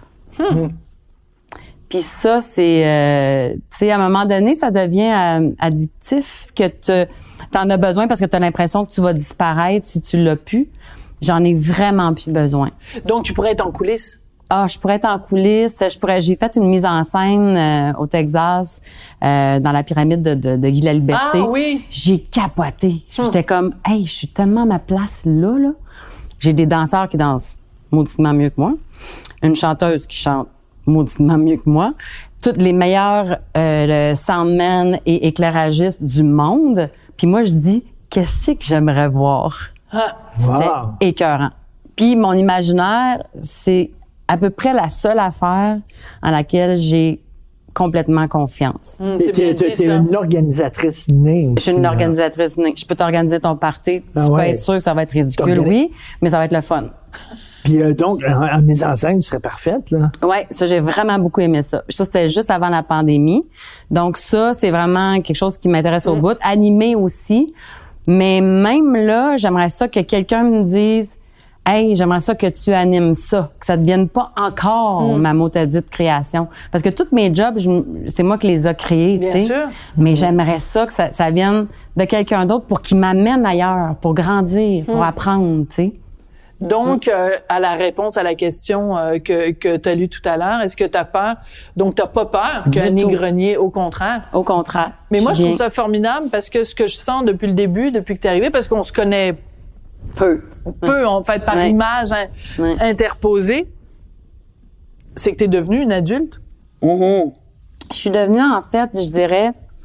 Puis ça, c'est... euh, tu sais, à un moment donné, ça devient euh, addictif, que tu en as besoin parce que tu as l'impression que tu vas disparaître si tu l'as plus. J'en ai vraiment plus besoin. Donc, tu pourrais être en coulisses. Ah, je pourrais être en coulisses. Je pourrais. J'ai fait une mise en scène euh, au Texas, euh, dans la pyramide de, de, de Guy la Liberté. Ah oui. J'ai capoté. J'étais comme, hey, je suis tellement à ma place là, là. J'ai des danseurs qui dansent mauditement mieux que moi, une chanteuse qui chante mauditement mieux que moi, toutes les meilleurs euh, le soundmen et éclairagistes du monde. Puis moi, je dis, qu'est-ce que j'aimerais voir? Ah. C'était Wow. écœurant. Puis mon imaginaire, c'est à peu près la seule affaire en laquelle j'ai complètement confiance. Hum, T'es, c'est bien t'es- dit, t'es ça. une organisatrice née aussi. Je suis une là. organisatrice née. Je peux t'organiser ton party. Ah tu peux ouais. être sûr que ça va être ridicule, T'organises. oui, mais ça va être le fun. Puis euh, donc, en, en mise en scène, tu serais parfaite, là. Ouais, ça, j'ai vraiment beaucoup aimé ça. Ça, c'était juste avant la pandémie. Donc ça, c'est vraiment quelque chose qui m'intéresse au bout. Animé aussi. Mais même là, j'aimerais ça que quelqu'un me dise, hey, j'aimerais ça que tu animes ça, que ça devienne pas encore Mm. ma motadite création. Parce que tous mes jobs, je- c'est moi qui les ai créés, Bien tu sais. sûr. Mais j'aimerais ça que ça, ça vienne de quelqu'un d'autre pour qu'il m'amène ailleurs, pour grandir, pour Mm. apprendre, tu sais. Donc, euh, à la réponse à la question euh, que, que tu as lue tout à l'heure, est-ce que tu as peur? Donc, tu pas peur Du qu'Annie tout. Grenier, au contraire. Au contraire. Mais moi, je suis trouve bien. ça formidable parce que ce que je sens depuis le début, depuis que tu es arrivée, parce qu'on se connaît peu, peu, en fait, par Ouais. image hein, Ouais. interposée, c'est que tu es devenue une adulte. Mhm. Je suis devenue, en fait, je dirais,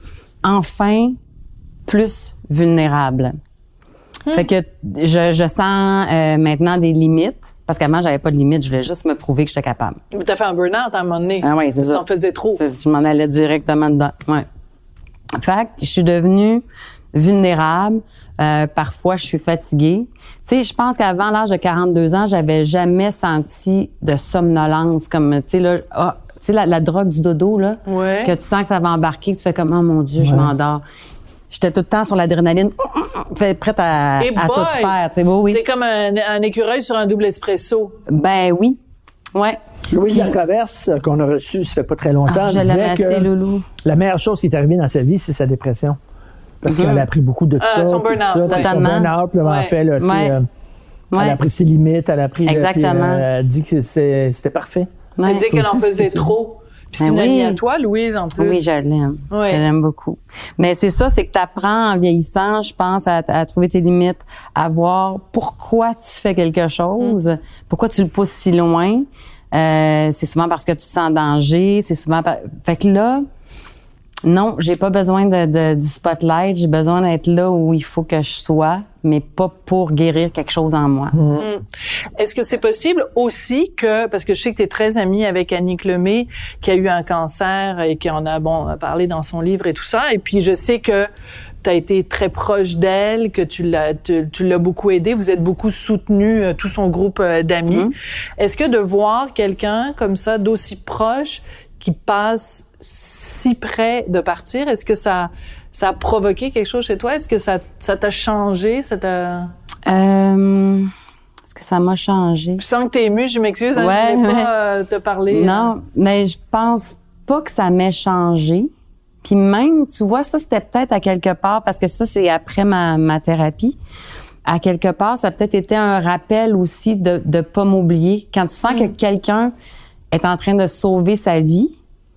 enfin, plus vulnérable. Fait que je, je sens euh, maintenant des limites, parce qu'avant, j'avais pas de limites, je voulais juste me prouver que j'étais capable. Tu as fait un burn-out à un moment donné. Ah oui, c'est Tu ça. t'en faisais trop. C'est- Je m'en allais directement dedans. Ouais. Fait que je suis devenue vulnérable. Euh, parfois, je suis fatiguée. Tu sais, je pense qu'avant l'âge de quarante-deux ans, j'avais jamais senti de somnolence comme, tu sais, là, ah, tu sais, la, la drogue du dodo, là, Ouais. que tu sens que ça va embarquer, que tu fais comme, oh mon Dieu, je Ouais. m'endors. J'étais tout le temps sur l'adrénaline, fait- prête à, Et à boy! tout faire, tu sais, bon, oui. T'es comme un, un écureuil sur un double espresso. Ben oui. Ouais. Louise Puis- Latraverse, euh, qu'on a reçue, ça fait pas très longtemps, Ah, je disait l'aime assez, que Loulou. la meilleure chose qui est arrivée dans sa vie, c'est sa dépression. Parce Mhm. qu'elle a appris beaucoup de Ah, ça. son puis burn-out, tout ça, ouais. puis Son Totalement. burn-out, là, en Ouais. fait, là, tu sais, Ouais. euh, elle Ouais. a appris ses limites, elle a appris... là, puis, Exactement. euh, elle dit que c'est- c'était parfait. Ouais. Elle disait qu'elle en Aussi, faisait c'est- trop. Puis c'est Ben une oui. amie à toi, Louise, en plus. Oui, je l'aime. Ouais. Je l'aime beaucoup. Mais c'est ça, c'est que tu apprends en vieillissant, je pense, à, à trouver tes limites, à voir pourquoi tu fais quelque chose, Mm. pourquoi tu le pousses si loin. Euh, c'est souvent parce que tu te sens en danger. C'est souvent... par- Fait que là, non, j'ai pas besoin de, de- du spotlight. J'ai besoin d'être là où il faut que je sois, mais pas pour guérir quelque chose en moi. Est-ce que c'est possible aussi que, parce que je sais que tu es très amie avec Annick Lemay, qui a eu un cancer et qui en a bon parlé dans son livre et tout ça, et puis je sais que tu as été très proche d'elle, que tu l'as tu, tu l'as beaucoup aidée, vous êtes beaucoup soutenu, euh, tout son groupe euh, d'amis. Mhm. Est-ce que de voir quelqu'un comme ça, d'aussi proche, qui passe si près de partir, est-ce que ça ça a provoqué quelque chose chez toi? Est-ce que ça ça t'a changé? Ça t'a... Euh, est-ce que ça m'a changé? Je sens que t'es émue, je m'excuse, hein, Ouais, je voulais ouais. pas euh, te parler. Non, mais je pense pas que ça m'ait changé. Puis même, tu vois, ça, c'était peut-être à quelque part, parce que ça, c'est après ma, ma thérapie. À quelque part, ça a peut-être été un rappel aussi de de pas m'oublier. Quand tu sens que quelqu'un est en train de sauver sa vie,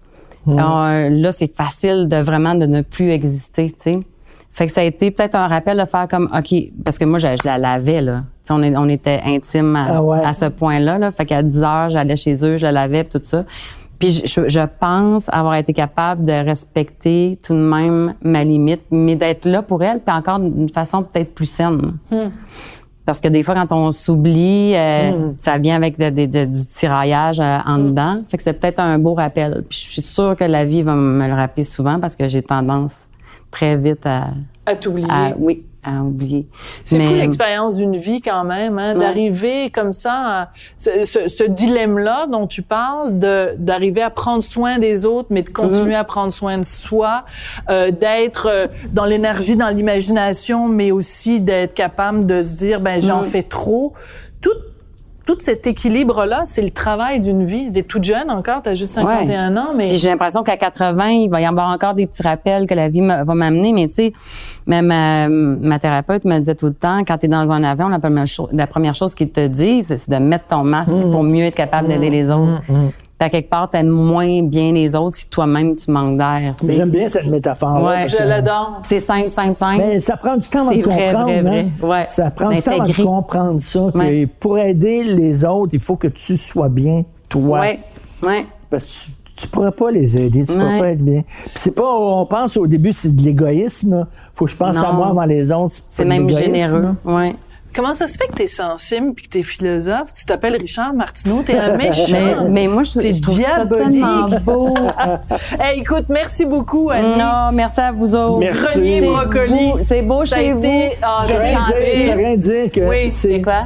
euh, là, c'est facile de vraiment de ne plus exister, tu sais. Fait que ça a été peut-être un rappel de faire comme, OK, parce que moi, je, je la lavais, là. Tu sais, on, est, on était intimes à, Ah ouais. à ce point-là, là. Fait qu'à dix heures, j'allais chez eux, je la lavais, pis tout ça. Puis je, je, je pense avoir été capable de respecter tout de même ma limite, mais d'être là pour elle, puis encore d'une façon peut-être plus saine. Parce que des fois, quand on s'oublie, euh, ça vient avec de, de, de- du tiraillage euh, en dedans. Fait que c'est peut-être un beau rappel. Puis je suis sûre que la vie va me le rappeler souvent parce que j'ai tendance très vite à, À t'oublier. à oui, à oublier. C'est Mais- fou l'expérience d'une vie quand même, hein, Ouais. d'arriver comme ça, à ce, ce, ce dilemme-là dont tu parles, de d'arriver à prendre soin des autres, mais de continuer à prendre soin de soi, euh, d'être euh, dans l'énergie, dans l'imagination, mais aussi d'être capable de se dire, ben j'en Mhm. fais trop. Tout tout cet équilibre-là, c'est le travail d'une vie. T'es toute jeune encore, t'as juste cinquante et un ans, mais Puis j'ai l'impression qu'à quatre-vingts, il va y avoir encore des petits rappels que la vie me- va m'amener. Mais tu sais, même ma, ma thérapeute me disait tout le temps, quand tu es dans un avion, la première, cho- la première chose qu'ils te disent, c'est c'est de mettre ton masque pour mieux être capable d'aider les autres. Fait à quelque part, t'aides moins bien les autres si toi-même tu manques d'air. tu sais. J'aime bien cette métaphore. Ouais. je l'adore. C'est simple, simple, simple. Mais ça prend du temps avant C'est de vrai, comprendre. vrai, vrai. hein. Ouais. Ça prend du temps avant de D'intégrer. comprendre ça. Que Ouais. pour aider les autres, il faut que tu sois bien, toi. Ouais, ouais. Parce que tu, tu pourras pas les aider, tu pourras Ouais. pas être bien. Puis c'est pas, on pense au début, c'est de l'égoïsme. là. Faut que je pense à Non. moi avant les autres. C'est pas de même l'égoïsme, généreux. là. Ouais. Comment ça se fait que t'es sensible puis que t'es philosophe? Tu t'appelles Richard Martineau, t'es un méchant. Mais, mais moi, je, C'est je trouve diabolique. ça tellement beau. Hey, écoute, merci beaucoup, Annie. Non, merci à vous autres. Merci. Grenier C'est brocoli. beau- C'est beau Ça a chez été- vous. Ah, Ça veut j'ai rien dire, ça veut envie. rien dire que Oui, C'est c'est quoi?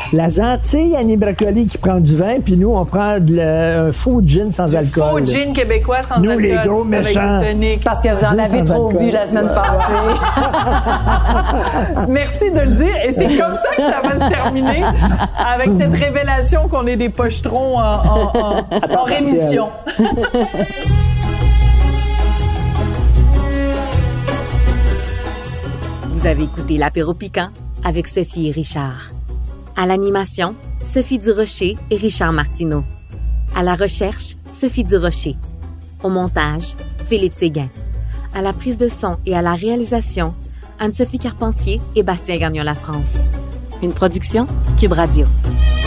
La gentille Annie Bracoli qui prend du vin, puis nous, on prend de la, un faux gin sans Du alcool. faux gin québécois sans Nous, alcool. les gros avec méchants. du tonic. Parce que vous en avez Sans trop alcool. bu la semaine passée. Merci de le dire. Et c'est comme ça que ça va se terminer, avec cette révélation qu'on est des pochetrons en, en, en, en rémission. Vous avez écouté l'Apéro piquant avec Sophie et Richard. À l'animation, Sophie Durocher et Richard Martineau. À la recherche, Sophie Durocher. Au montage, Philippe Séguin. À la prise de son et à la réalisation, Anne-Sophie Carpentier et Bastien Gagnon-La France. Une production Cube Radio.